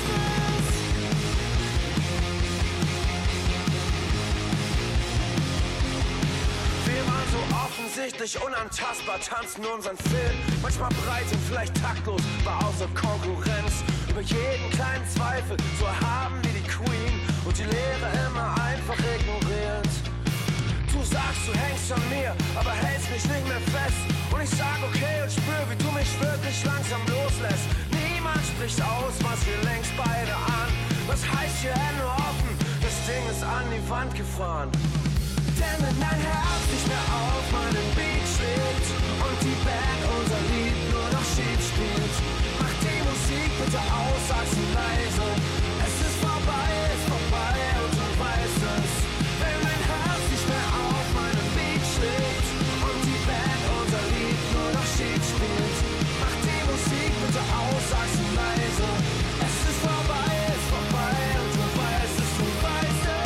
Speaker 5: Wir waren so offensichtlich unantastbar, tanzen unseren Film. Manchmal breit und vielleicht taktlos, war außer Konkurrenz. Über jeden kleinen Zweifel, so erhaben wie die Queen und die Lehre immer einfach ignoriert. Du sagst, du hängst an mir, aber hältst mich nicht mehr fest. Und ich sag okay und spür, wie du mich wirklich langsam loslässt. Niemand spricht aus, was wir längst beide an. Was heißt hier Hände offen, das Ding ist an die Wand gefahren. Denn wenn dein Herz nicht mehr auf meinen Beat schlägt und die Band unser Lied nur noch schief spielt, mach die Musik bitte aus, sag's nur leise. Es ist vorbei, ist vorbei und du weißt es. Wenn mein Herz nicht mehr auf meinen Beat schlägt und die Band unser Lied nur noch schief spielt, mach die Musik bitte aus, sag's nur leise. Es ist vorbei, ist vorbei und du weißt es, du weißt es.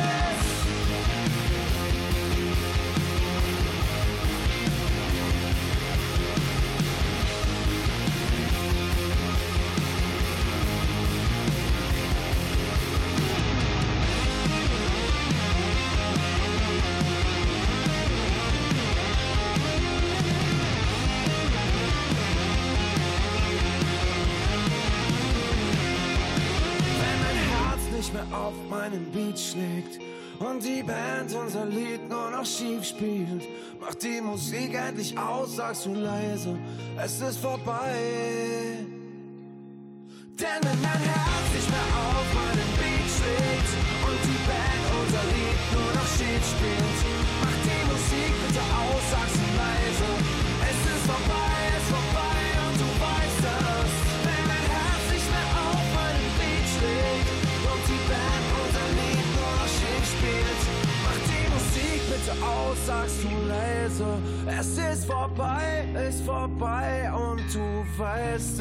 Speaker 5: Nicht mehr auf meinen Beat schlägt und die Band unser Lied nur noch schief spielt, mach die Musik endlich aus, sagst du leise, es ist vorbei. Denn wenn dein Herz nicht mehr auf meinen Beat schlägt und die Band unser Lied nur noch schief spielt, mach die Musik bitte aus, sagst du leise, es ist vorbei, es ist vorbei und du weißt es. Wenn dein Herz nicht mehr auf meinen Beat schlägt und die Band unser Lied nur noch schief spielt, mach die Musik bitte aus, sagst du leise. Es ist vorbei, ist vorbei und du weißt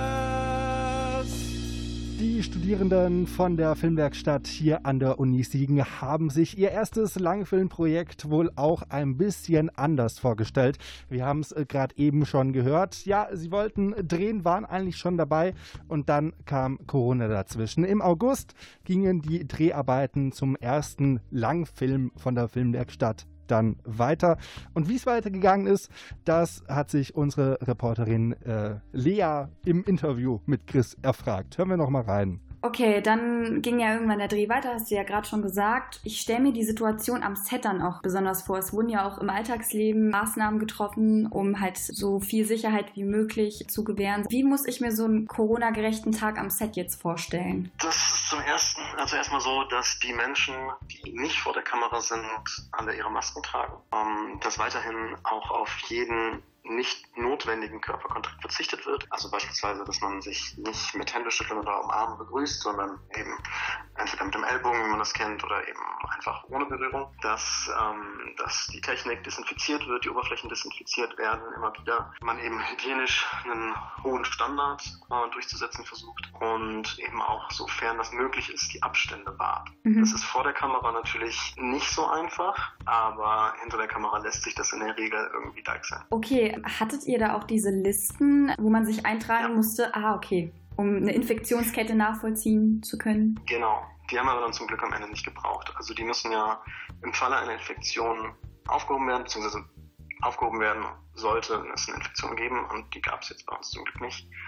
Speaker 5: es.
Speaker 3: Die Studierenden von der Filmwerkstatt hier an der Uni Siegen haben sich ihr erstes Langfilmprojekt wohl auch ein bisschen anders vorgestellt. Wir haben es gerade eben schon gehört. Ja, sie wollten drehen, waren eigentlich schon dabei und dann kam Corona dazwischen. Im August gingen die Dreharbeiten zum ersten Langfilm von der Filmwerkstatt dann weiter. Und wie es weitergegangen ist, das hat sich unsere Reporterin äh, Lea im Interview mit Chris erfragt. Hören wir noch mal rein.
Speaker 11: Okay, dann ging ja irgendwann der Dreh weiter, hast du ja gerade schon gesagt. Ich stelle mir die Situation am Set dann auch besonders vor. Es wurden ja auch im Alltagsleben Maßnahmen getroffen, um halt so viel Sicherheit wie möglich zu gewähren. Wie muss ich mir so einen Corona-gerechten Tag am Set jetzt vorstellen?
Speaker 12: Das ist zum ersten, also erstmal so, dass die Menschen, die nicht vor der Kamera sind, alle ihre Masken tragen. Ähm, dass weiterhin auch auf jeden nicht notwendigen Körperkontakt verzichtet wird. Also beispielsweise, dass man sich nicht mit Händeschütteln oder umarmen begrüßt, sondern eben entweder mit dem Ellbogen, wie man das kennt, oder eben einfach ohne Berührung. Dass, ähm, dass die Technik desinfiziert wird, die Oberflächen desinfiziert werden, immer wieder. Man eben hygienisch einen hohen Standard äh, durchzusetzen versucht und eben auch, sofern das möglich ist, die Abstände wahrt. Mhm. Das ist vor der Kamera natürlich nicht so einfach, aber hinter der Kamera lässt sich das in der Regel irgendwie deichseln.
Speaker 11: Okay, hattet ihr da auch diese Listen, wo man sich eintragen ja. musste? Ah, okay. Um eine Infektionskette nachvollziehen zu können?
Speaker 12: Genau. Die haben aber dann zum Glück am Ende nicht gebraucht. Also die müssen ja im Falle einer Infektion aufgehoben werden, beziehungsweise aufgehoben werden sollte es eine Infektion geben und die gab es jetzt bei uns zum Glück nicht.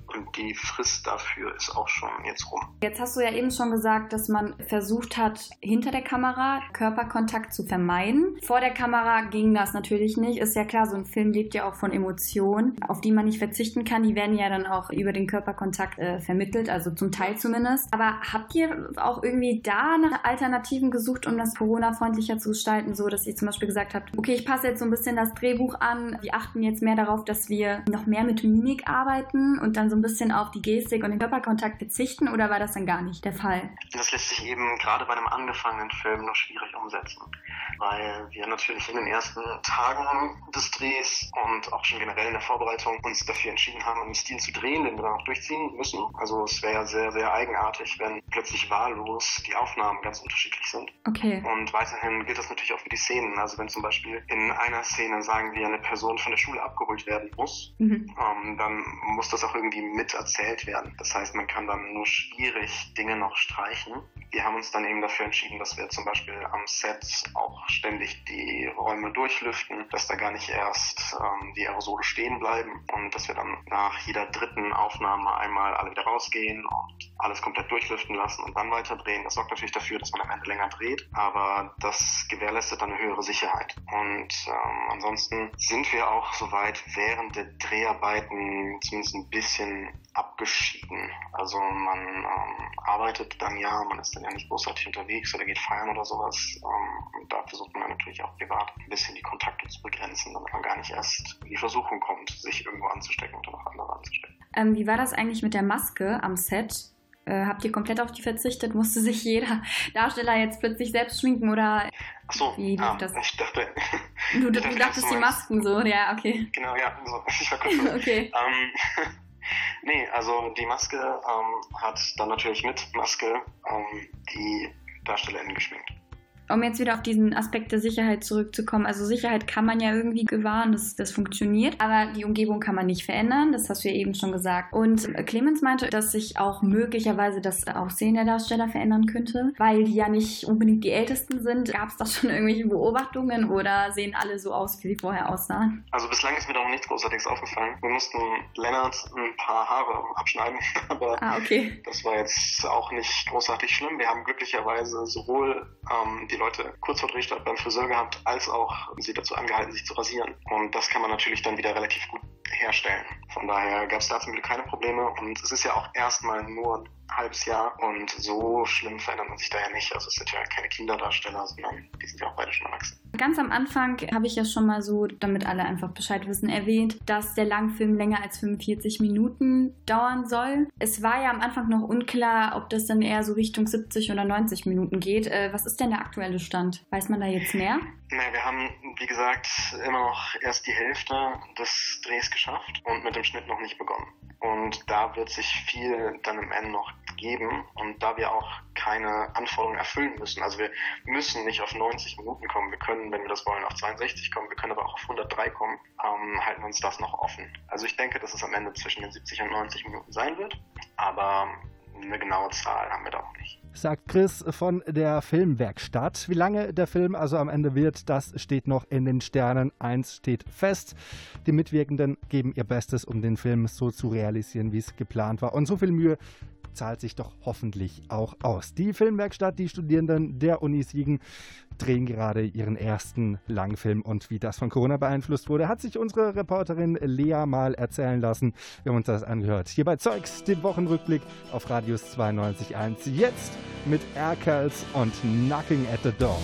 Speaker 12: und die Frist dafür ist auch schon jetzt rum.
Speaker 11: Jetzt hast du ja eben schon gesagt, dass man versucht hat, hinter der Kamera Körperkontakt zu vermeiden. Vor der Kamera ging das natürlich nicht. Ist ja klar, so ein Film lebt ja auch von Emotionen, auf die man nicht verzichten kann. Die werden ja dann auch über den Körperkontakt äh, vermittelt, also zum Teil zumindest. Aber habt ihr auch irgendwie da nach Alternativen gesucht, um das Corona-freundlicher zu gestalten, so dass ihr zum Beispiel gesagt habt, okay, ich passe jetzt so ein bisschen das Drehbuch an, wir achten jetzt mehr darauf, dass wir noch mehr mit Mimik arbeiten und dann so ein bisschen auf die Gestik und den Körperkontakt verzichten, oder war das dann gar nicht der Fall?
Speaker 12: Das lässt sich eben gerade bei einem angefangenen Film noch schwierig umsetzen, weil wir natürlich in den ersten Tagen des Drehs und auch schon generell in der Vorbereitung uns dafür entschieden haben, einen Stil zu drehen, den wir dann auch durchziehen müssen. Also es wäre ja sehr, sehr eigenartig, wenn plötzlich wahllos die Aufnahmen ganz unterschiedlich sind.
Speaker 11: Okay.
Speaker 12: Und weiterhin gilt das natürlich auch für die Szenen. Also wenn zum Beispiel in einer Szene, sagen wir, eine Person von der Schule abgeholt werden muss,
Speaker 11: Mhm.
Speaker 12: ähm, dann muss das auch irgendwie mit erzählt werden. Das heißt, man kann dann nur schwierig Dinge noch streichen. Wir haben uns dann eben dafür entschieden, dass wir zum Beispiel am Set auch ständig die Räume durchlüften, dass da gar nicht erst ähm, die Aerosole stehen bleiben und dass wir dann nach jeder dritten Aufnahme einmal alle wieder rausgehen und alles komplett durchlüften lassen und dann weiter drehen. Das sorgt natürlich dafür, dass man am Ende länger dreht, aber das gewährleistet dann eine höhere Sicherheit. Und ähm, ansonsten sind wir auch soweit während der Dreharbeiten zumindest ein bisschen abgeschieden. Also man ähm, arbeitet dann ja, man ist dann ja nicht großartig unterwegs oder geht feiern oder sowas. Ähm, und da versucht man natürlich auch privat ein bisschen die Kontakte zu begrenzen, damit man gar nicht erst in die Versuchung kommt, sich irgendwo anzustecken oder noch andere anzustecken.
Speaker 11: Ähm, wie war das eigentlich mit der Maske am Set? Äh, habt ihr komplett auf die verzichtet? Musste sich jeder Darsteller jetzt plötzlich selbst schminken oder
Speaker 12: Ach so,
Speaker 11: wie lief
Speaker 12: ah,
Speaker 11: das?
Speaker 12: ich dachte...
Speaker 11: Du, du,
Speaker 12: ich
Speaker 11: du dachtest die Masken so, ja, okay.
Speaker 12: Genau, ja, so, ich war kurz
Speaker 11: Okay.
Speaker 12: ähm, Nee, also die Maske ähm, hat dann natürlich mit Maske ähm, die DarstellerInnen geschminkt.
Speaker 11: Um jetzt wieder auf diesen Aspekt der Sicherheit zurückzukommen. Also Sicherheit kann man ja irgendwie gewahren, das, das funktioniert, aber die Umgebung kann man nicht verändern, das hast du ja eben schon gesagt. Und Clemens meinte, dass sich auch möglicherweise das Aussehen der Darsteller verändern könnte, weil die ja nicht unbedingt die Ältesten sind. Gab es da schon irgendwelche Beobachtungen oder sehen alle so aus, wie sie vorher aussahen?
Speaker 12: Also bislang ist mir da noch nichts Großartiges aufgefallen. Wir mussten Lennart ein paar Haare abschneiden, aber
Speaker 11: ah, okay.
Speaker 12: Das war jetzt auch nicht großartig schlimm. Wir haben glücklicherweise sowohl ähm, die Leute kurz vor Drehstart beim Friseur gehabt, als auch sie dazu angehalten, sich zu rasieren. Und das kann man natürlich dann wieder relativ gut herstellen. Von daher gab es da zum Glück keine Probleme. Und es ist ja auch erstmal nur ein halbes Jahr und so schlimm verändert man sich da ja nicht. Also es sind ja keine Kinderdarsteller, sondern die sind ja auch beide schon erwachsen.
Speaker 11: Ganz am Anfang habe ich ja schon mal so, damit alle einfach Bescheid wissen, erwähnt, dass der Langfilm länger als fünfundvierzig Minuten dauern soll. Es war ja am Anfang noch unklar, ob das dann eher so Richtung siebzig oder neunzig Minuten geht. Äh, was ist denn der aktuelle Stand? Weiß man da jetzt mehr?
Speaker 12: Naja, wir haben, wie gesagt, immer noch erst die Hälfte des Drehs geschafft und mit dem Schnitt noch nicht begonnen. Und da wird sich viel dann im Ende noch geben. Und da wir auch keine Anforderungen erfüllen müssen, also wir müssen nicht auf neunzig Minuten kommen, wir können, wenn wir das wollen, auf zweiundsechzig kommen, wir können aber auch auf hundertdrei kommen, ähm, halten wir uns das noch offen. Also ich denke, dass es am Ende zwischen den siebzig und neunzig Minuten sein wird, aber eine genaue Zahl haben wir da auch nicht.
Speaker 3: Sagt Chris von der Filmwerkstatt. Wie lange der Film also am Ende wird, das steht noch in den Sternen. Eins steht fest. Die Mitwirkenden geben ihr Bestes, um den Film so zu realisieren, wie es geplant war. Und so viel Mühe zahlt sich doch hoffentlich auch aus. Die Filmwerkstatt, die Studierenden der Uni Siegen drehen gerade ihren ersten Langfilm, und wie das von Corona beeinflusst wurde, hat sich unsere Reporterin Lea mal erzählen lassen. Wir haben uns das angehört. Hier bei Zeugs, den Wochenrückblick auf Radius zweiundneunzig Komma eins. Jetzt mit Erkals und Knocking at the Door.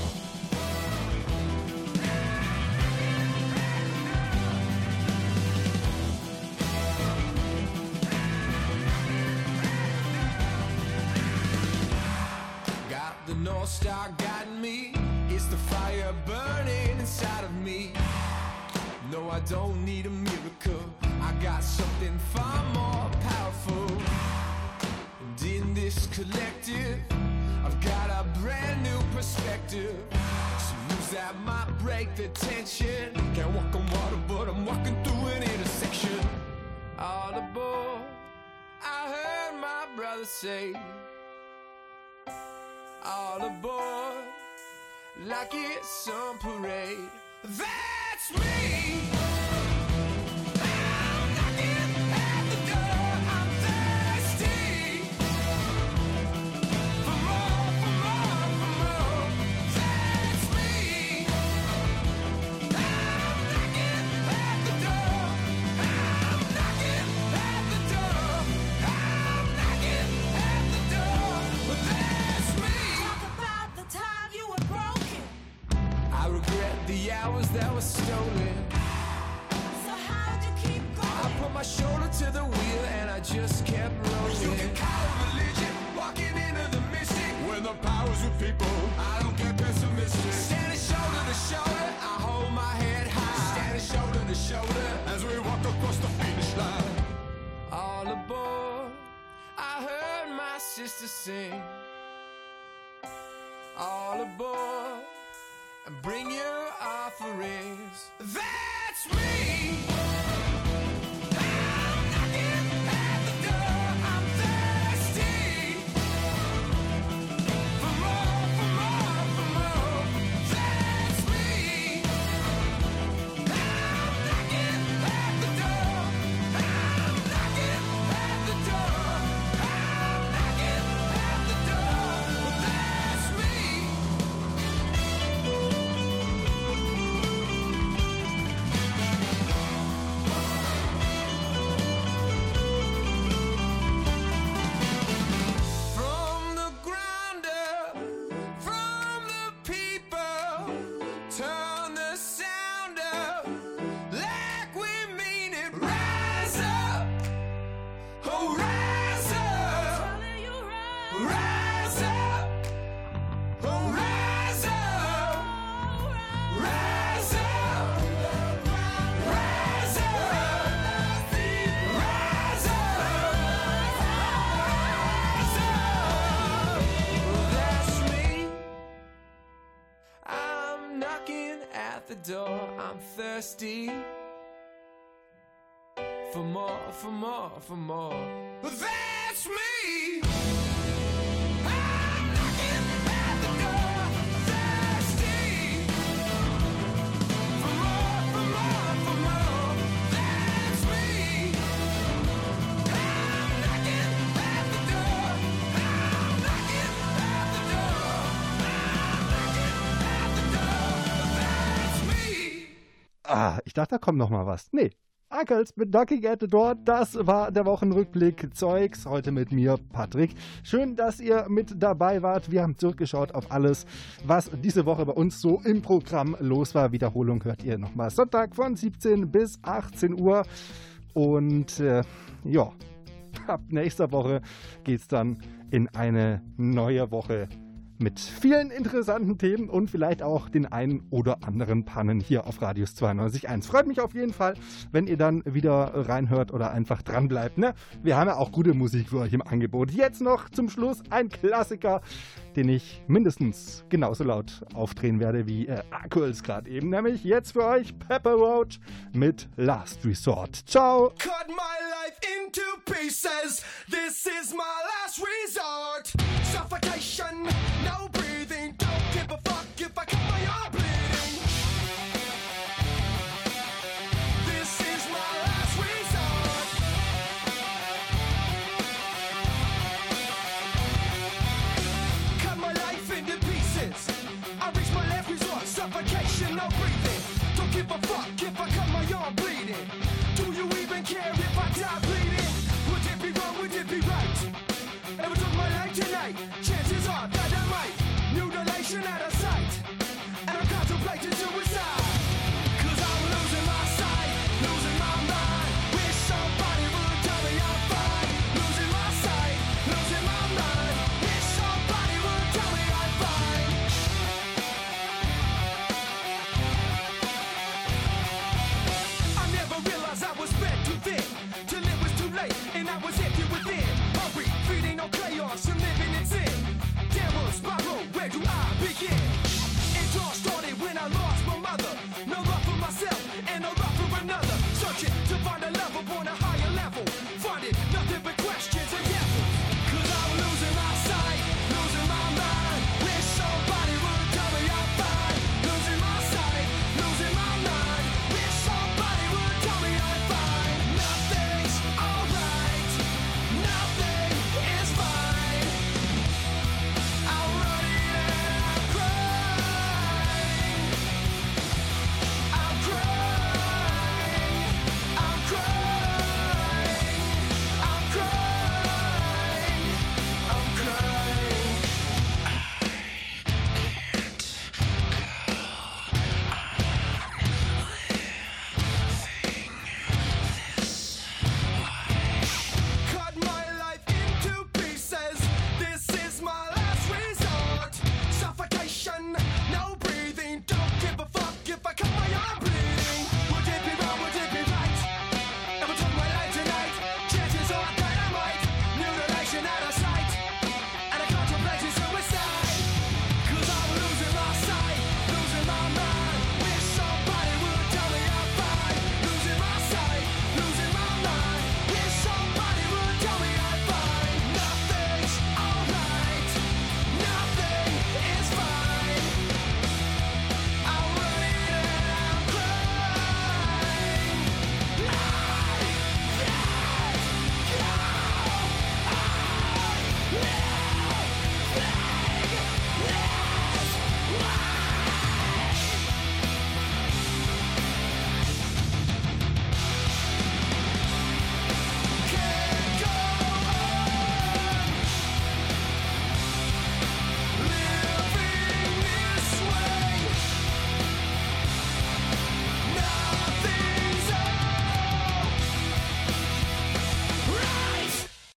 Speaker 5: North Star guiding me, it's the fire burning inside of me. No, I don't need a miracle, I got something far more powerful. And in this collective, I've got a brand new perspective. Some moves that might break the tension. Can't walk on water, but I'm walking through an intersection. All aboard, I heard my brother say. All aboard, like it's some parade. That's me. I'm knocking at the door. I'm that were stolen. So how'd you keep going? I put my shoulder to the wheel and I just kept rolling. You can call it religion, walking into the mystic. When the power's with people, I don't get pessimistic. Standing shoulder to shoulder, I hold my head high. Standing shoulder to shoulder as we walk across the finish line. All aboard, I heard my sister sing. All aboard, and bring your offerings. That's me. I'm knocking at the door. I'm thirsty for more, for more, for more. That's me. I'm knocking at the door. I'm knocking at the door. I'm knocking at the door. That's me. From the ground up, from the people, turn the sound up like we mean it. Rise up, oh rise up, rise up, oh rise up, rise up, rise up, rise up. That's me. I'm knocking at the door. I'm thirsty for more, for more, for more. That's me. I'm knocking at the door. Thirsty for more, for more, for more. That's me. I'm knocking at the door. I'm knocking at the door. I'm knocking at the door. That's me.
Speaker 3: Ah, ich dachte, da kommt noch mal was. Nee. Ackels mit Knocking at the Door, das war der Wochenrückblick Zeugs, heute mit mir, Patrick. Schön, dass ihr mit dabei wart. Wir haben zurückgeschaut auf alles, was diese Woche bei uns so im Programm los war. Wiederholung hört ihr nochmal Sonntag von siebzehn bis achtzehn Uhr. Und äh, ja, ab nächster Woche geht's dann in eine neue Woche mit vielen interessanten Themen und vielleicht auch den einen oder anderen Pannen hier auf Radius zweiundneunzig Komma eins. Freut mich auf jeden Fall, wenn ihr dann wieder reinhört oder einfach dran bleibt. Ne? Wir haben ja auch gute Musik für euch im Angebot. Jetzt noch zum Schluss ein Klassiker, den ich mindestens genauso laut aufdrehen werde wie äh, Ackels gerade eben. Nämlich jetzt für euch Pepper Roach mit Last Resort. Ciao!
Speaker 5: Cut my life into pieces. This is my last resort. Suffocation, no breathing. Don't give a fuck if I cut my arm bleeding. This is my last resort. Cut my life into pieces. I reach my last resort. Suffocation, no breathing. Don't give a fuck if I cut my arm bleeding. Do you even care if I die bleeding? Would it be wrong? Would it be right? Ever took my life tonight?